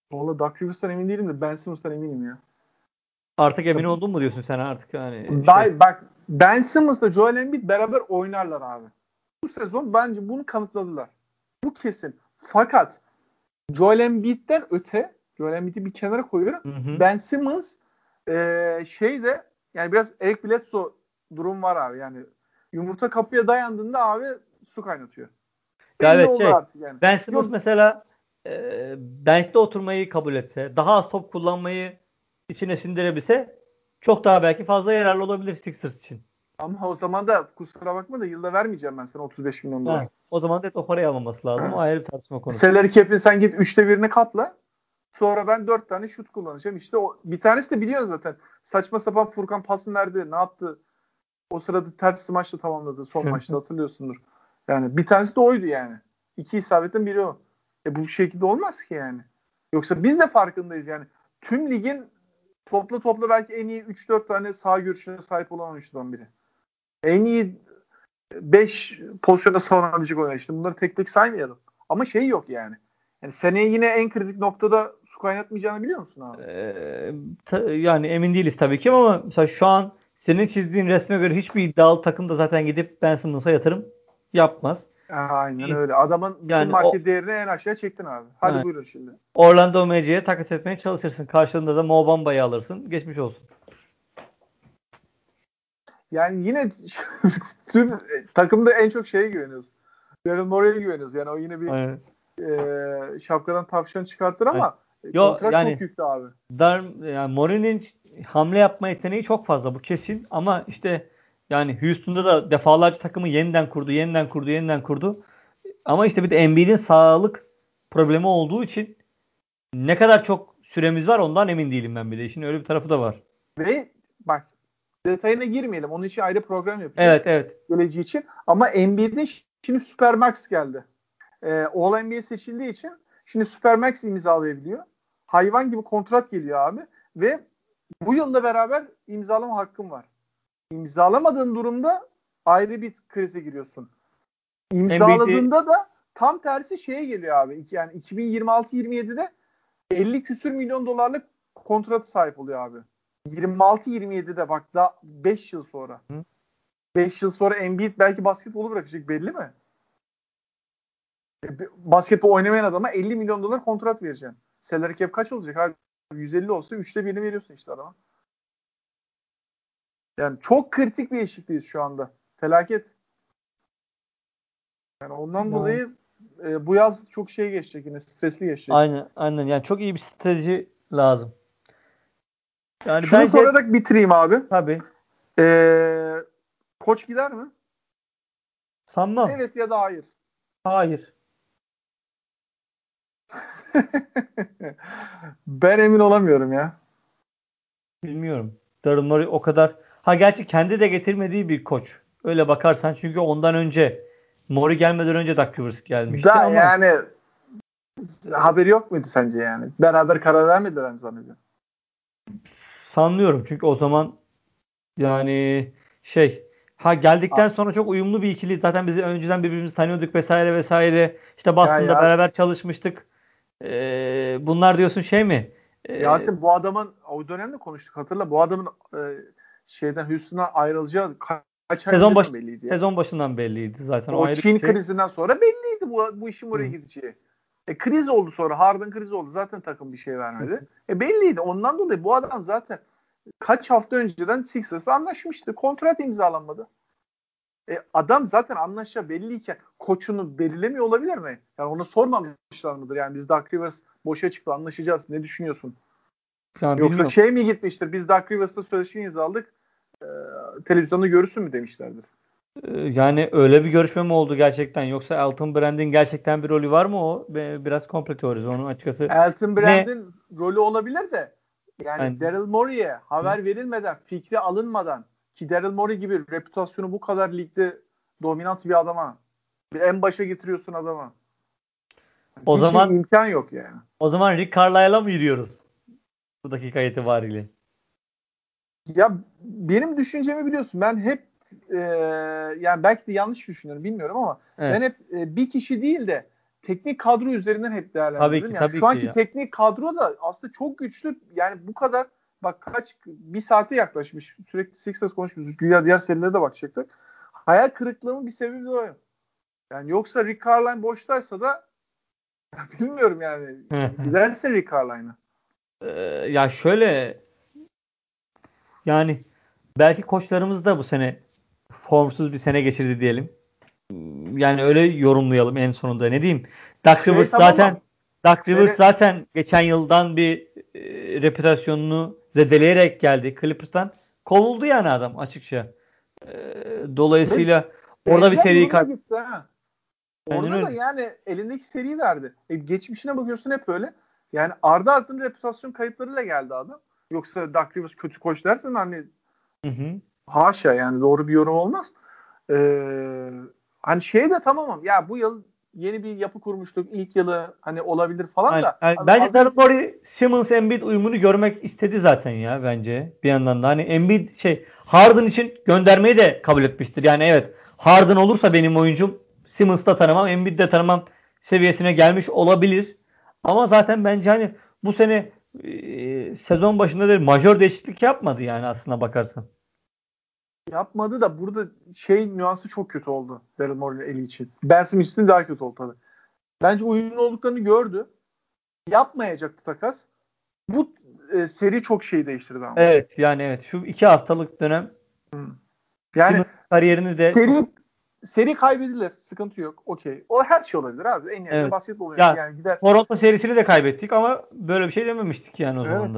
Valla Doug Rivers'tan emin değilim de Ben Simmons'tan eminim ya.
Artık emin oldun mu diyorsun sen artık yani
Bak Ben Simmons'la Joel Embiid beraber oynarlar abi. Bu sezon bence bunu kanıtladılar. Bu kesin. Fakat Joel Embiid'den öte, Joel Embiid'i bir kenara koyuyorum.
Hı hı.
Ben Simmons şeyde yani biraz Eric Bledsoe durum var abi. Yani yumurta kapıya dayandığında abi su kaynatıyor.
Ya
Belli
evet
oldu artık yani.
Ben Simmons
Yok,
mesela bench'te oturmayı kabul etse, daha az top kullanmayı içine sindirebilse çok daha belki fazla yararlı olabilir Sixers için.
ama o zaman da kusura bakma da yılda vermeyeceğim ben sana 35 milyon dolar.
Ha, o zaman da o parayı almaması lazım. O ayrı bir tartışma konusu.
Salary cap'in sen git 1/3'ünü kapla. Sonra ben 4 tane şut kullanacağım. İşte o bir tanesi de biliyorsun zaten. Saçma sapan Furkan pasını verdi. Ne yaptı? O sırada ters smaçla tamamladı son maçta hatırlıyorsundur. Yani bir tanesi de oydu yani. 2 isabetin biri o. Bu şekilde olmaz ki yani. Yoksa biz de farkındayız yani. Tüm ligin topla belki en iyi 3-4 tane sağ görüşüne sahip olan oyuncudan biri. En iyi 5 pozisyonda savunabilecek oyuncu. İşte bunları tek tek saymayalım. Ama şey yok yani. Yani seneye yine en kritik noktada su kaynatmayacağını biliyor musun abi?
Yani emin değiliz tabii ki ama mesela şu an senin çizdiğin resme göre hiçbir iddialı takım da zaten gidip Ben Simmons'a yatırım yapmaz.
Aynen öyle. Adamın bütün
Yani
market değerini en aşağı çektin abi. Hadi
ha,
buyurun şimdi.
Orlando Magic'e takas etmeye çalışırsın. Karşılığında da Mo Bamba'yı alırsın. Geçmiş olsun.
Yani yine tüm takımda en çok şeye güveniyoruz. Daryl Morey'e güveniyoruz. Yani o yine bir
Aynen.
şapkadan tavşan çıkartır
Yani,
ama
yo
kontrat çok
yani
yüklü abi.
Yani Murray'nin hamle yapma yeteneği çok fazla bu kesin ama işte yani Houston'da da defalarca takımı yeniden kurdu. Ama işte bir de Embiid'in sağlık problemi olduğu için ne kadar çok süremiz var ondan emin değilim ben bir de. İşin öyle bir tarafı da var.
Ve bak detayına girmeyelim. Onun için ayrı program yapacağız.
Evet.
Geleceği için. Ama NBA'de şimdi Supermax geldi. All NBA seçildiği için şimdi Supermax imzalayabiliyor. Hayvan gibi kontrat geliyor abi. Ve bu yılla beraber imzalama hakkın var. İmzalamadığın durumda ayrı bir krize giriyorsun.
Embiid'i
İmzaladığında da tam tersi şeye geliyor abi. Yani 2026-27'de 50 küsür milyon dolarlık kontratı sahip oluyor abi. 26-27'de bak daha 5 yıl sonra. 5 yıl sonra Embiid belki basketbolu bırakacak belli mi? Basketbol oynamayan adama 50 milyon dolar kontrat vereceksin. Salary cap kaç olacak abi? 150 olsa 1/3 veriyorsun işte adama. Yani çok kritik bir eşikteyiz şu anda. Felaket. Yani ondan
yani,
dolayı bu yaz çok şey geçecek yine. Stresli geçecek.
aynen yani çok iyi bir strateji lazım. Yani
Şunu
bence
sorarak bitireyim abi.
tabii
Koç gider mi?
sanmam.
Evet ya da hayır.
Hayır.
Ben emin olamıyorum ya.
Bilmiyorum. Daryl Morey o kadar. Ha gerçi kendi de getirmediği bir koç. Öyle bakarsan çünkü ondan önce Morey gelmeden önce Doug Rivers gelmişti
Da
ama
yani haberi yok muydu sence yani? Beraber karar vermediler mi zannediyorum?
sanmıyorum çünkü o zaman yani geldikten sonra çok uyumlu bir ikili. Zaten biz önceden birbirimizi tanıyorduk vesaire. İşte Boston'da
Ya
beraber çalışmıştık. Bunlar diyorsun şey mi?
Yasin bu adamın o dönemde konuştuk hatırla bu adamın şeyden Houston'a ayrılacağı kaç ay önceden belliydi ya.
Sezon başından belliydi zaten o
O
ayrı
Çin
bir şey.
krizinden sonra belliydi bu işin buraya
Hı.
gideceği. Kriz oldu sonra. Harden krizi oldu. Zaten takım bir şey vermedi. Belliydi. Ondan dolayı bu adam zaten kaç hafta önceden Sixers'la anlaşmıştı. Kontrat imzalanmadı. Adam zaten anlaşacağı belliyken koçunu belirlemiyor olabilir mi? Yani ona sormamışlar mıdır? Yani biz Doug Rivers boşa çıktı anlaşacağız. Ne düşünüyorsun?
Yani
Yoksa
bilmiyorum.
şey mi gitmiştir? Biz Doug Rivers'la sözleşme imzaladık. Televizyonda görürsün mü demişlerdir.
Yani öyle bir görüşme mi oldu gerçekten yoksa Elton Brand'in gerçekten bir rolü var mı o? Biraz komplo teorisi onun açıkçası.
Elton
Ne?
Brand'in rolü olabilir de yani
Yani,
Daryl Morey'e haber verilmeden, fikri alınmadan ki Daryl Morey gibi reputasyonu bu kadar ligde dominant bir adama bir en başa getiriyorsun adama.
o
Hiç
zaman
imkan yok yani.
Rick Carlisle'a mı yürüyoruz bu dakika itibariyle?
Ya benim düşüncemi biliyorsun. Ben hep yani belki de yanlış düşünüyorum bilmiyorum ama ben
Evet.
hep bir kişi değil de teknik kadro üzerinden hep değerlendirdim. Yani
Tabii
şu
ki
anki
ya.
teknik kadro da aslında çok güçlü. Yani bu kadar bak bir saate yaklaşmış. Sürekli Sixers konuşuyoruz. Güya diğer serilere de bakacaktık. Hayal kırıklığımın bir sebebi de o. Yani yoksa Rick Carlisle boştaysa da bilmiyorum yani. Giderse Rick Carlisle'a.
Ya şöyle, yani belki koçlarımız da bu sene formsuz bir sene geçirdi diyelim. Yani öyle yorumlayalım en sonunda, ne diyeyim. Doug Rivers
Tamam
zaten
mı?
Doug Rivers
Böyle
zaten geçen yıldan bir reputasyonunu zedeleyerek geldi. Clippers'tan kovuldu yani adam açıkça.
ve
Dolayısıyla orada bir
benzer
seri
yoluna
kat.
gitti ha.
Aynen
Orada da
öyle.
yani elindeki seriyi verdi. Geçmişine bakıyorsun hep öyle. Yani ardı ardına reputasyon kayıplarıyla geldi adam. Yoksa Doug Rivers kötü koç dersen hani
Hı hı.
haşa yani doğru bir yorum olmaz. Hani şey de tamamım. Ya bu yıl yeni bir yapı kurmuştuk. İlk yılı hani olabilir falan
Aynen.
da.
Yani
Abi
bence
az önce
Daryl Morey Simmons Embiid uyumunu görmek istedi zaten ya bence. Bir yandan da hani Embiid Harden için göndermeyi de kabul etmiştir. Yani evet, Harden olursa benim oyuncum, Simmons'ı da tanımam, Embiid'i de tanımam seviyesine gelmiş olabilir. Ama zaten bence hani bu sene sezon başında da majör değişiklik yapmadı yani aslına bakarsan.
yapmadı da burada nüansı çok kötü oldu Daryl Morey'nin eli için. Ben Simmons'ın daha kötü oldu tabii. Bence uyumlu olduklarını gördü. Yapmayacaktı takas. Bu seri çok şey değiştirdi ama.
Evet yani evet, şu 2 haftalık dönem
Hı. Yani
Simmons kariyerini de çok,
seri kaybedilir. Sıkıntı yok. Okey. O her şey olabilir abi. En nihayetinde
evet.
basketbol oynuyorsun.
Ya
Yani gider.
Toronto serisini de kaybettik ama böyle bir şey dememiştik yani o zaman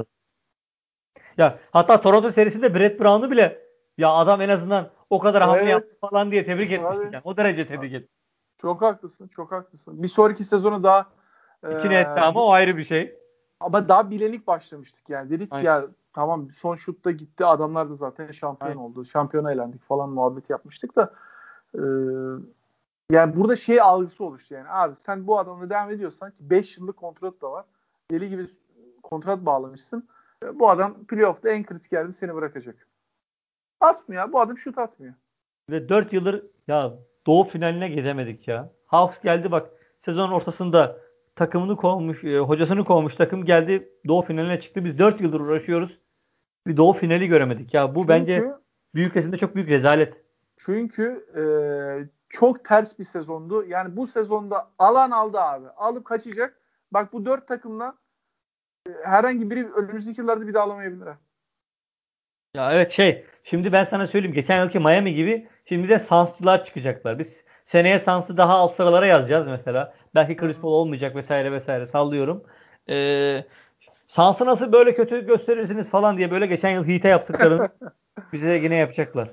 Evet.
da. Ya hatta Toronto serisinde Brett Brown'u bile, ya adam en azından o kadar hamle
Evet.
yaptı falan diye tebrik etmiştik
Abi.
yani. O derece tebrik ettik.
Çok haklısın. Çok haklısın. Bir sonraki sezonu daha e,
İçine etti ama o ayrı bir şey.
ama daha bilenik başlamıştık yani. Dedik ki
Aynen.
ya tamam son şutta gitti. Adamlar da zaten şampiyon
Aynen.
oldu. Şampiyona elendik falan muhabbet yapmıştık da e, yani burada algısı oluştu yani. Abi sen bu adamla devam ediyorsan ki 5 yıllık kontrat da var. Deli gibi kontrat bağlamışsın. Bu adam playoff'ta en kritik yerde seni bırakacak. Atmıyor. Bu adam şut atmıyor.
Ve 4 yıldır ya Doğu finaline gidemedik ya. Hawks geldi bak, sezonun ortasında takımını kovmuş, hocasını kovmuş takım geldi Doğu finaline çıktı. Biz 4 yıldır uğraşıyoruz. Bir Doğu finali göremedik. Ya bu bence
Çünkü
büyük resimde çok büyük rezalet.
çünkü çok ters bir sezondu. Yani bu sezonda alan aldı abi. Alıp kaçacak. Bak bu 4 takımla herhangi biri önümüzdeki yıllarda bir daha alamayabilir.
Ya evet, şimdi ben sana söyleyeyim, geçen yılki Miami gibi şimdi de Suns'çılar çıkacaklar. Biz seneye Suns'ı daha alt sıralara yazacağız mesela. Belki
Hı
Chris
hı.
Paul olmayacak vesaire vesaire, sallıyorum. Suns'ı nasıl böyle kötü gösterirsiniz falan diye böyle geçen yıl Heat'e yaptıklarını bize de yine yapacaklar.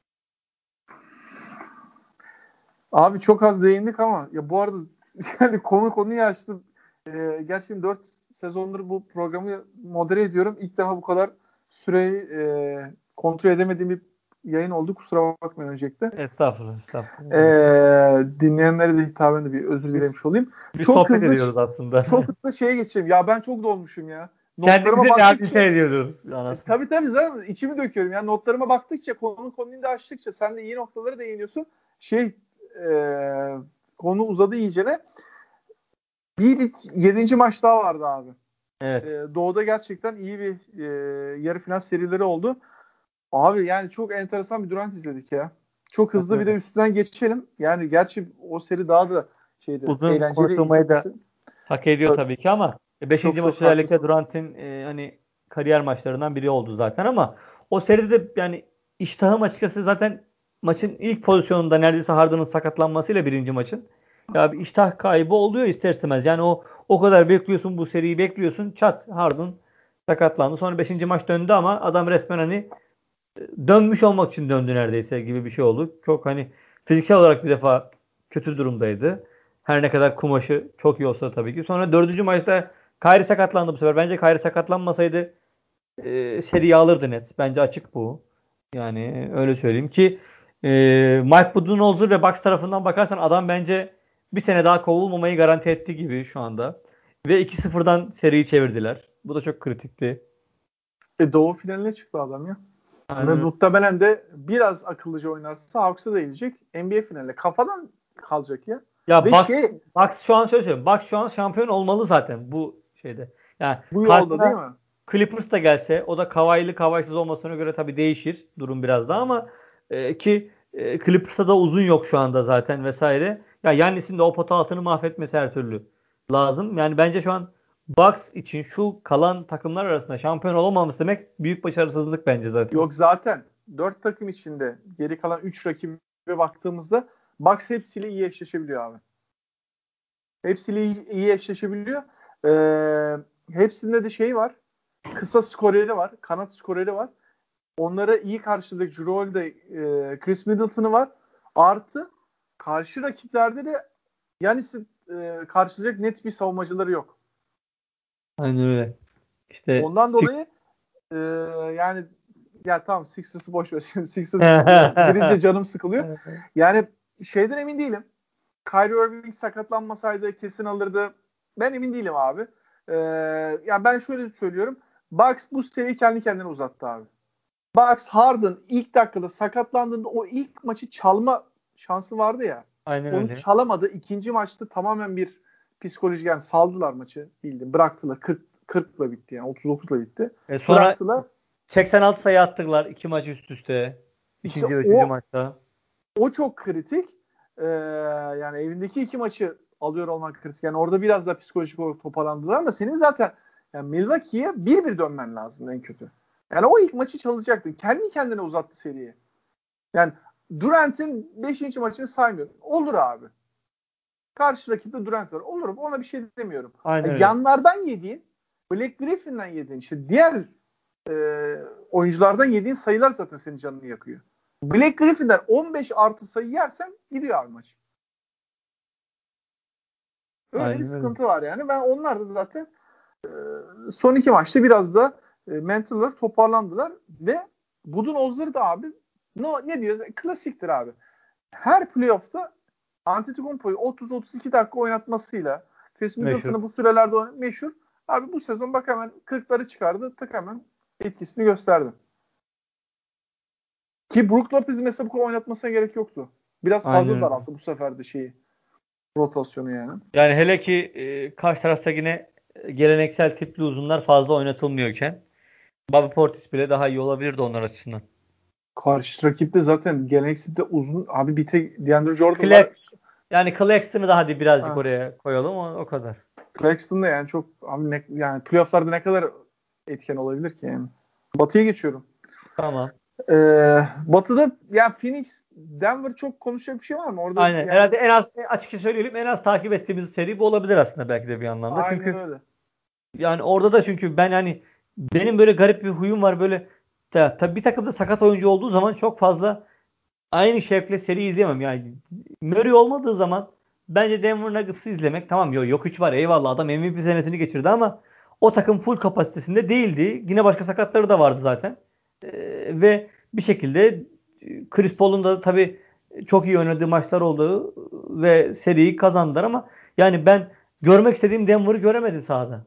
Abi çok az değindik ama ya bu arada yani konuyu açtım. Gerçekten 4 sezondur bu programı modere ediyorum. İlk defa bu kadar süreyi kontrol edemediğim bir yayın oldu. Kusura bakmayın öncelikle.
Estağfurullah, estağfurullah.
Dinleyenlere de hitaben de bir özür
Biz
dilemiş olayım.
biz
Çok
sohbet
hızlı
ediyoruz aslında.
çok hızlı şeye geçeceğim. Ya ben çok dolmuşum ya. Notlarıma
Kendimize
baktıkça
rehabilite ediyoruz anasını.
tabii zaten içimi döküyorum. Yani notlarıma baktıkça konuyu da açtıkça sen de iyi noktalara değiniyorsun. E, konu uzadı iyicene. Bir 7. maç daha vardı abi.
Evet.
Doğu'da gerçekten iyi bir yarı final serileri oldu. Abi yani çok enteresan bir Durant izledik ya. Çok hızlı bir de üstünden geçelim. Yani gerçi o seri daha da
Uzun
eğlenceli
konuşulmayı da
izlemesi.
hak ediyor tabii ki ama
Çok
5. maç
çok
özellikle
haklısın.
Durant'in hani kariyer maçlarından biri oldu zaten ama o seride de yani iştahım açıkçası zaten maçın ilk pozisyonunda neredeyse Harden'ın sakatlanmasıyla birinci maçın. Ya bir iştah kaybı oluyor ister istemez. Yani o kadar bekliyorsun, bu seriyi bekliyorsun. Çat, Harden sakatlandı. Sonra 5. maç döndü ama adam resmen hani dönmüş olmak için döndü neredeyse gibi bir şey oldu. Çok hani fiziksel olarak bir defa kötü durumdaydı. Her ne kadar kumaşı çok iyi olsa tabii ki. Sonra 4. maçta Kyrie sakatlandı bu sefer. Bence Kyrie sakatlanmasaydı seriyi alırdı net. Bence açık bu. Yani öyle söyleyeyim ki Mike Budenholzer ve Bucks tarafından bakarsan adam bence bir sene daha kovulmamayı garanti etti gibi şu anda. Ve 2-0'dan seriyi çevirdiler. Bu da çok kritikti.
Doğu finaline çıktı adam ya. Ve
Yani
muhtemelen de biraz akıllıca oynarsa Hawks'a da gelecek. NBA finaline. Kafadan kalacak ya.
Ya
Ve
Bucks şu an şöyle söyleyeyim. Bucks şu an şampiyon olmalı zaten bu şeyde. Yani
bu yolda
karşısına
değil mi?
Clippers da gelse o da Kawhi'li Kawhi'siz olmasına göre tabii değişir durum biraz daha ama Clippers'ta da uzun yok şu anda zaten vesaire. Ya Giannis'in de o pota altını mahvetmesi her türlü lazım. Yani bence şu an Bucks için şu kalan takımlar arasında şampiyon olamaması demek büyük başarısızlık bence zaten.
Yok zaten 4 takım içinde geri kalan 3 rakibe baktığımızda Bucks hepsiyle iyi eşleşebiliyor abi. Hepsiyle iyi eşleşebiliyor. Hepsinde de şey var. Kısa skoreri var. Kanat skoreri var. Onlara iyi karşılayacak Jrue Holiday, Chris Middleton'ı var. Artı karşı rakiplerde de Giannis'i karşılayacak net bir savunmacıları yok.
Aynen öyle. İşte
Ondan dolayı yani ya tamam Sixers'ı boş ver. Sixers girince canım sıkılıyor. Yani şeyden emin değilim. Kyrie Irving sakatlanmasaydı kesin alırdı. Ben emin değilim abi. Yani ben şöyle söylüyorum. Bucks bu seriyi kendi kendine uzattı abi. Bucks Harden ilk dakikada sakatlandığında o ilk maçı çalma şansı vardı ya.
Aynen
Onu
öyle.
çalamadı. İkinci maçta tamamen bir psikolojik yani saldılar maçı bildim. Bıraktılar. 40'la bitti yani 39'la bitti.
Sonra
Bıraktılar.
86 sayı attılar 2 maç üst üste.
İşte
İkinci ve üçüncü maçta.
o çok kritik. Yani evindeki 2 maçı alıyor olmak kritik. Yani orada biraz da psikolojik olarak toparlandılar ama senin zaten yani Milwaukee'ye 1-1 dönmen lazım en kötü. Yani o ilk maçı çalacaktın. Kendi kendine uzattı seriyi. Yani Durant'in 5. maçını saymıyorum. Olur abi. Karşı rakipte Durant var. Olur. Ona bir şey demiyorum.
Aynen öyle.
Yanlardan yediğin, Black Griffin'den yediğin, işte diğer oyunculardan yediğin sayılar zaten senin canını yakıyor. Black Griffin'den 15 artı sayı yersen gidiyor abi maç. Öyle
Aynen
bir
öyle.
sıkıntı var yani. Ben onlar da zaten son 2 maçta biraz da mental olarak toparlandılar ve Budenholzer da abi ne diyoruz? Klasiktir abi. Her playoff'ta Antetokounmpo'yu 30-32 dakika oynatmasıyla Chris Middleton'ı bu sürelerde meşhur. Abi bu sezon bak hemen 40'ları çıkardı. Tık hemen etkisini gösterdi. Ki Brook Lopez'i mesela bu kadar oynatmasına gerek yoktu. Biraz fazla daralttı bu sefer de şeyi. Rotasyonu yani.
Yani hele ki karşı tarafta yine geleneksel tipli uzunlar fazla oynatılmıyorken Bobby Portis bile daha iyi olabilirdi onlar açısından.
Karşı rakipte zaten gelenekselde uzun abi bir tek DeAndre Jordan var.
Yani Claxton'ı da hadi birazcık oraya koyalım o kadar.
Claxton da yani çok abi yani playoff'larda ne kadar etken olabilir ki yani. Batı'ya geçiyorum.
Tamam.
Batı'da yani Phoenix, Denver çok konuşacak bir şey var mı? Orada
Aynen.
yani,
herhalde en az açıkça söyleyelim en az takip ettiğimiz seri bu olabilir aslında belki de bir anlamda.
Aynen
Çünkü
öyle.
yani orada da çünkü ben yani benim böyle garip bir huyum var böyle tabii bir takımda sakat oyuncu olduğu zaman çok fazla aynı şevkle seri izleyemem. Yani Murray olmadığı zaman bence Denver Nuggets'ı izlemek tamam yok hiç var eyvallah adam MVP senesini geçirdi ama o takım full kapasitesinde değildi. Yine başka sakatları da vardı zaten. Ve bir şekilde Chris Paul'un da tabii çok iyi oynadığı maçlar oldu ve seriyi kazandılar ama yani ben görmek istediğim Denver'ı göremedim sahada.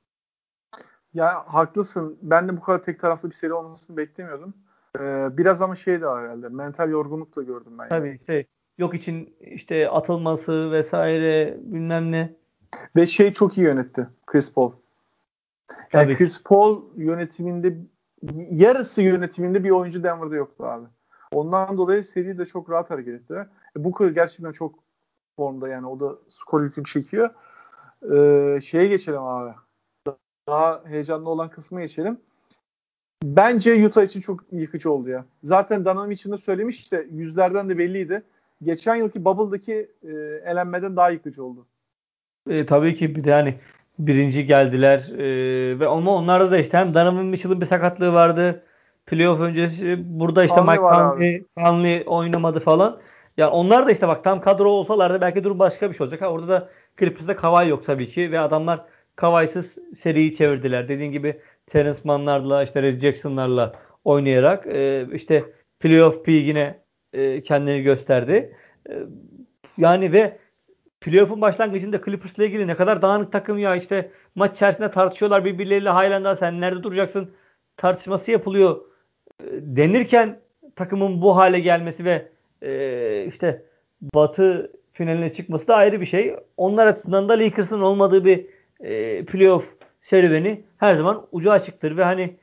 Ya haklısın. Ben de bu kadar tek taraflı bir seri olmasını beklemiyordum. Biraz ama şey de var herhalde. Mental yorgunluk da gördüm ben
Tabii
yani.
işte yok için işte atılması vesaire bilmem ne.
Ve şey çok iyi yönetti Chris Paul. Yani
Tabii ki.
Chris Paul yönetiminde yarısı yönetiminde bir oyuncu Denver'da yoktu abi. Ondan dolayı seri de çok rahat hareket ettiler. Booker gerçekten çok formda yani o da skor yükünü çekiyor. Şeye geçelim abi. Daha heyecanlı olan kısmı geçelim. Bence Utah için çok yıkıcı oldu ya. Zaten Donovan için de söylemiş de yüzlerden de belliydi. Geçen yılki Bubble'daki elenmeden daha yıkıcı oldu.
Tabii ki bir de hani birinci geldiler ve ama onlarda da işte hem Donovan Mitchell'ın bir sakatlığı vardı. Playoff öncesi burada işte
Conley
Mike
var abi.
Conley oynamadı falan. Ya onlar da işte bak tam kadro olsalardı belki durum başka bir şey olacak. Ha, orada da Clippers'da Kawhi yok tabii ki ve adamlar Kawhi'sız seriyi çevirdiler. Dediğin gibi Terence Mann'larla işte Reggie Jackson'larla oynayarak işte playoff P yine kendini gösterdi. E, Yani ve playoff'un başlangıcında Clippers'la ilgili ne kadar dağınık takım ya işte maç içerisinde tartışıyorlar birbirleriyle Highland'a sen nerede duracaksın tartışması yapılıyor denirken takımın bu hale gelmesi ve işte Batı finaline çıkması da ayrı bir şey. Onlar açısından da Lakers'ın olmadığı bir playoff serüveni her zaman ucu açıktır ve hani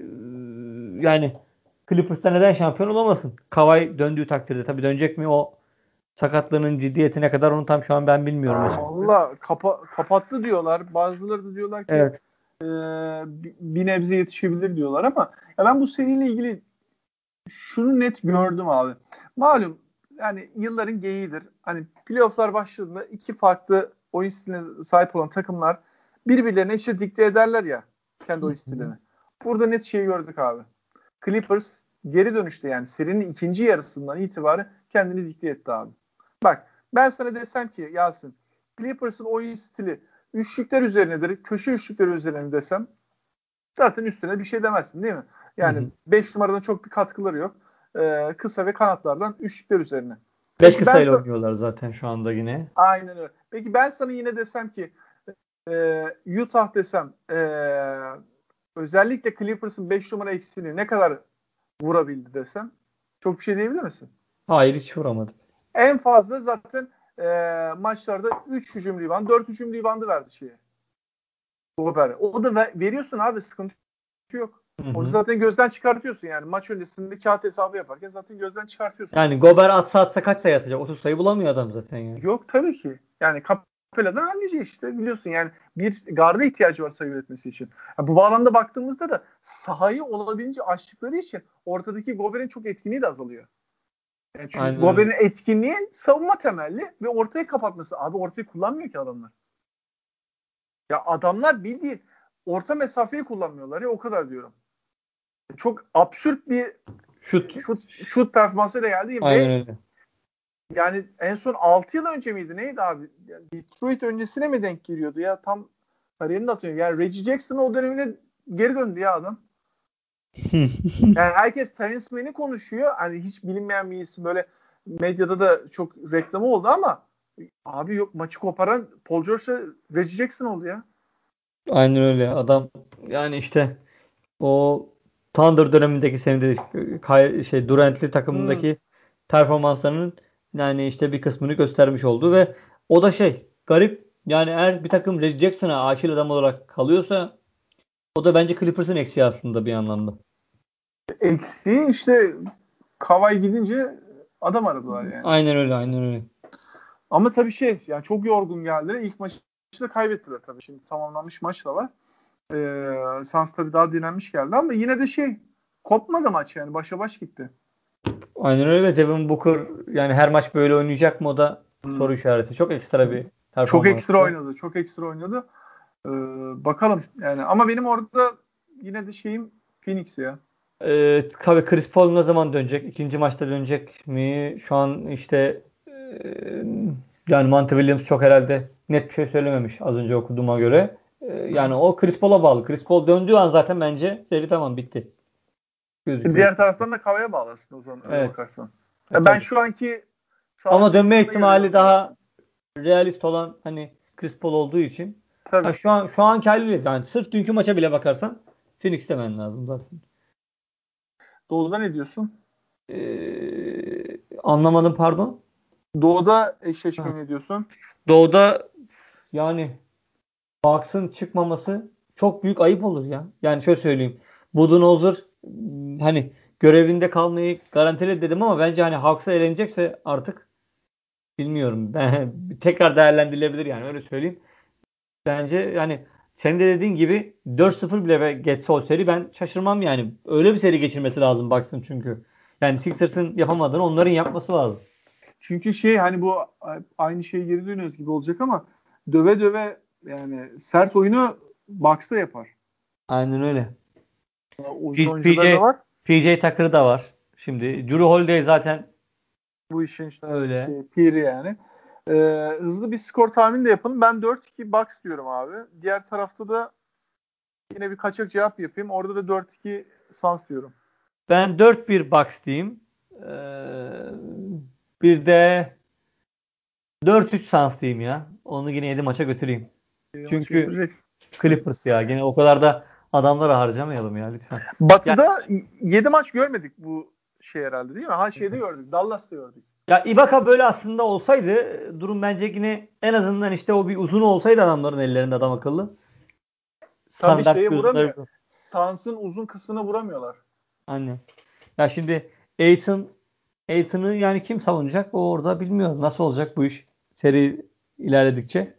yani Clippers'ta neden şampiyon olamasın? Kawhi döndüğü takdirde. Tabii dönecek mi, o sakatlığının ciddiyetine kadar onu tam şu an ben bilmiyorum açıkçası.
Valla kapattı diyorlar. Bazıları da diyorlar ki
Evet.
bir nebze yetişebilir diyorlar ama ya ben bu seriyle ilgili şunu net gördüm abi. Malum yani yılların geyiğidir. Hani playofflar başladığında iki farklı oyun stiline sahip olan takımlar birbirlerine işte dikte ederler ya kendi oyun stillerini. Burada net şeyi gördük abi. Clippers geri dönüşte yani serinin ikinci yarısından itibaren kendini dikte etti abi. Bak ben sana desem ki Yasin Clippers'ın oyun stili üçlükler üzerinedir, köşe üçlükleri üzerine desem zaten üstüne bir şey demezsin değil mi? Yani 5 numaradan çok bir katkıları yok. Kısa ve kanatlardan üçlükler üzerine.
5 kısayla oynuyorlar zaten şu anda yine.
Aynen öyle. Peki ben sana yine desem ki Utah desem özellikle Clippers'ın 5 numara eksiğini ne kadar vurabildi desem çok bir şey diyebilir misin?
Hayır, hiç vuramadı.
En fazla zaten maçlarda 3 hücum rebound, 4 hücum reboundı verdi şeye. Gobert. O da veriyorsun abi, sıkıntı yok. Onu zaten gözden çıkartıyorsun yani. Maç öncesinde kağıt hesabı yaparken zaten gözden çıkartıyorsun.
Yani Gobert atsa kaç sayı atacak? 30 sayı bulamıyor adam zaten yani.
Yok tabii ki. Yani Capella'dan anlayacak işte biliyorsun yani bir garda ihtiyacı var sayı üretmesi için. Yani bu bağlamda baktığımızda da sahayı olabildiğince açtıkları için ortadaki Gobert'in çok etkinliği de azalıyor. Yani çünkü Gobert'in etkinliği savunma temelli ve ortayı kapatması. Abi ortayı kullanmıyor ki adamlar. Ya adamlar bildiğin orta mesafeyi kullanmıyorlar ya, o kadar diyorum. Çok absürt bir şut performansıyla geldi.
Aynen
ve
öyle.
yani en son 6 yıl önce miydi neydi abi? Yani Detroit öncesine mi denk geliyordu ya? Tam kariyerini atıyor. Yani Reggie Jackson o döneminde geri döndü ya adam. Yani herkes Terence Mann'i konuşuyor. Hani hiç bilinmeyen bir isim, böyle medyada da çok reklamı oldu ama abi yok, maçı koparan Paul George'la Reggie Jackson oldu ya.
Aynen öyle. Adam yani işte o Thunder dönemindeki senin de Durant'li takımındaki performanslarının yani işte bir kısmını göstermiş oldu ve o da garip, yani eğer bir takım Reggie Jackson'a akil adam olarak kalıyorsa o da bence Clippers'ın eksiği aslında bir anlamda.
Eksiği işte Kawhi gidince adam aradılar yani.
Aynen öyle, aynen öyle.
Ama tabii yani çok yorgun geldiler. İlk maçı da kaybettiler tabii. Şimdi tamamlanmış maç da var. Suns tabii daha dinlenmiş geldi ama yine de kopmadı maç yani. Başa baş gitti.
Aynen öyle ve Devin Booker yani her maç böyle oynayacak mı, o da soru işareti. Çok ekstra bir
Çok
performans.
ekstra oynadı. Çok ekstra oynadı. Bakalım yani. Ama benim orada yine de Phoenix ya.
Tabii Chris Paul ne zaman dönecek? İkinci maçta dönecek mi? Şu an işte yani Monty Williams çok herhalde net bir şey söylememiş az önce okuduğuma göre. Yani o Chris Paul'a bağlı. Chris Paul döndüğü an zaten bence seri tamam, bitti. Gözüküyor.
Diğer taraftan da Kavaya bağlı aslında o zaman öyle
Evet.
bakarsan.
Ben
Ben şu anki
ama dönme
durumuna göre
ihtimali daha
yorumluyorum.
realist olan hani Chris Paul olduğu için.
Tabii.
Şu anki haliyle yani sırf dünkü maça bile bakarsan Phoenix demen lazım zaten.
Doğu'da ne diyorsun?
Anlamadım, pardon.
Doğu'da eşleşmeyi ne diyorsun?
Doğu'da yani Bucks'ın çıkmaması çok büyük ayıp olur ya. Yani şöyle söyleyeyim. Budenholzer hani görevinde kalmayı garantiledi dedim ama bence hani Hawks'a elenecekse artık bilmiyorum. Ben tekrar değerlendirilebilir yani, öyle söyleyeyim. Bence yani senin de dediğin gibi 4-0 bile geçse o seri ben şaşırmam yani. Öyle bir seri geçirmesi lazım Bucks'ın çünkü. Yani Sixers'ın yapamadığını onların yapması lazım.
Çünkü hani bu aynı şeye geri dönüyoruz gibi olacak ama döve döve yani sert oyunu Bucks'ta yapar.
Aynen öyle.
Uzun oyuncular da var.
PJ Tucker da var. Şimdi Jrue Holiday zaten
Bu işin
öyle.
piri yani. Hızlı bir skor tahmini de yapalım. Ben 4-2 Bucks diyorum abi. Diğer tarafta da yine bir kaçak cevap yapayım. Orada da 4-2 Suns diyorum.
Ben 4-1 Bucks diyeyim. Bir de 4-3 Suns diyeyim ya. Onu yine 7 maça götüreyim. Çünkü Clippers ya. Yine o kadar da adamlara harcamayalım ya lütfen.
Batı'da 7 maç görmedik bu herhalde değil mi? Şeyde gördük. Dallas'ta gördük.
Ya Ibaka böyle aslında olsaydı durum bence yine en azından işte o bir uzun olsaydı adamların ellerinde adam akıllı.
Tabii
Standart
şeye
bir
vuramıyor.
uzunları.
Sans'ın uzun kısmına vuramıyorlar.
Aynen. Ya şimdi Aiton'u yani kim savunacak? O orada bilmiyorum. Nasıl olacak bu iş seri ilerledikçe?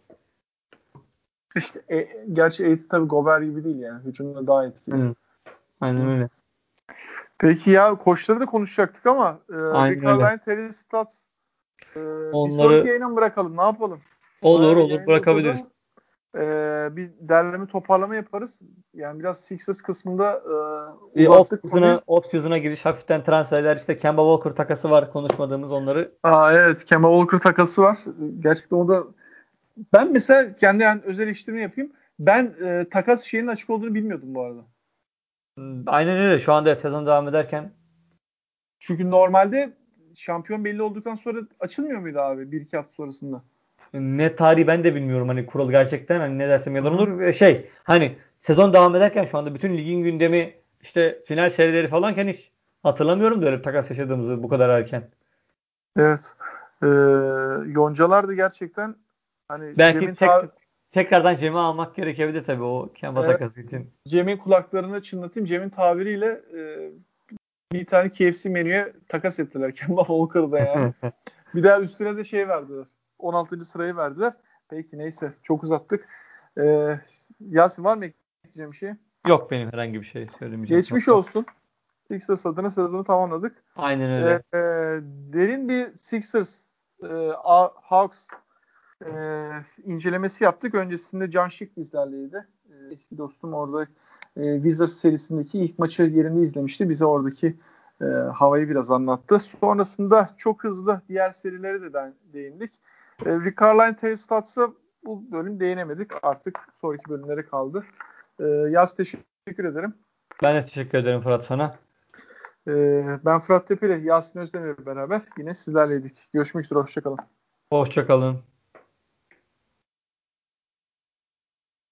İşte gerçi Aiton tabii Gobert gibi değil yani. Hücumda daha etkili.
Hı. Aynen öyle.
Peki ya koçları da konuşacaktık ama
Aynen
Rick
öyle.
Carlisle, Terry Stotts bir sonraki
Onları
yayına mı bırakalım? Ne yapalım? Bayağı
olur
yayında
bırakabiliriz.
uzadı. Bir derleme toparlama yaparız. Yani biraz Sixers kısmında
Bir
uzattık konuyu.
off season'a giriş, hafiften transferler, işte Kemba Walker takası var, konuşmadığımız onları.
Evet, Kemba Walker takası var. Gerçekten o da ben mesela kendi yani özel eleştirimi yapayım. Ben takas şeyinin açık olduğunu bilmiyordum bu arada.
Aynen öyle. Şu anda sezon devam ederken
Çünkü normalde şampiyon belli olduktan sonra açılmıyor muydu abi 1-2 hafta sonrasında?
ne tarihi ben de bilmiyorum. Hani kural gerçekten, hani ne dersem yalan
Hı-hı.
olur. Ve hani sezon devam ederken şu anda bütün ligin gündemi işte final serileri falanken hiç hatırlamıyorum da öyle bir takas yaşadığımızı bu kadar erken.
Evet. Ee, Yoncalar da gerçekten hani
Belki tekrardan Cem'i almak gerekebilir tabii o Kemba
evet,
takası için.
Cem'in kulaklarını çınlatayım. Cem'in tabiriyle bir tane KFC menüye takas ettiler Kemba Walker'da yani. Bir daha üstüne de şey verdiler. 16. sırayı verdiler. Peki neyse çok uzattık. Yasin var mı ekleyeceğim bir şey?
Yok, benim herhangi bir şey söylemeyeceğim.
Geçmiş olsun. Sixers adına sezonu tamamladık.
Aynen
Ee,
öyle.
e, Derin bir Sixers Hawks incelemesi yaptık. Öncesinde Can Şık bizlerleydi. Eski dostum orada Wizards serisindeki ilk maçı yerinde izlemişti. Bize oradaki havayı biraz anlattı. Sonrasında çok hızlı diğer serilere de değindik. Rick Carlisle, Terry Stotts'a bu bölüm değinemedik. Artık sonraki bölümlere kaldı. Yaz teşekkür ederim.
Ben de teşekkür ederim Fırat sana.
Ben Fırat Tepe ile Yasin Özdemir'le beraber yine sizlerleydik. Görüşmek üzere. Hoşçakalın.
Hoşça kalın.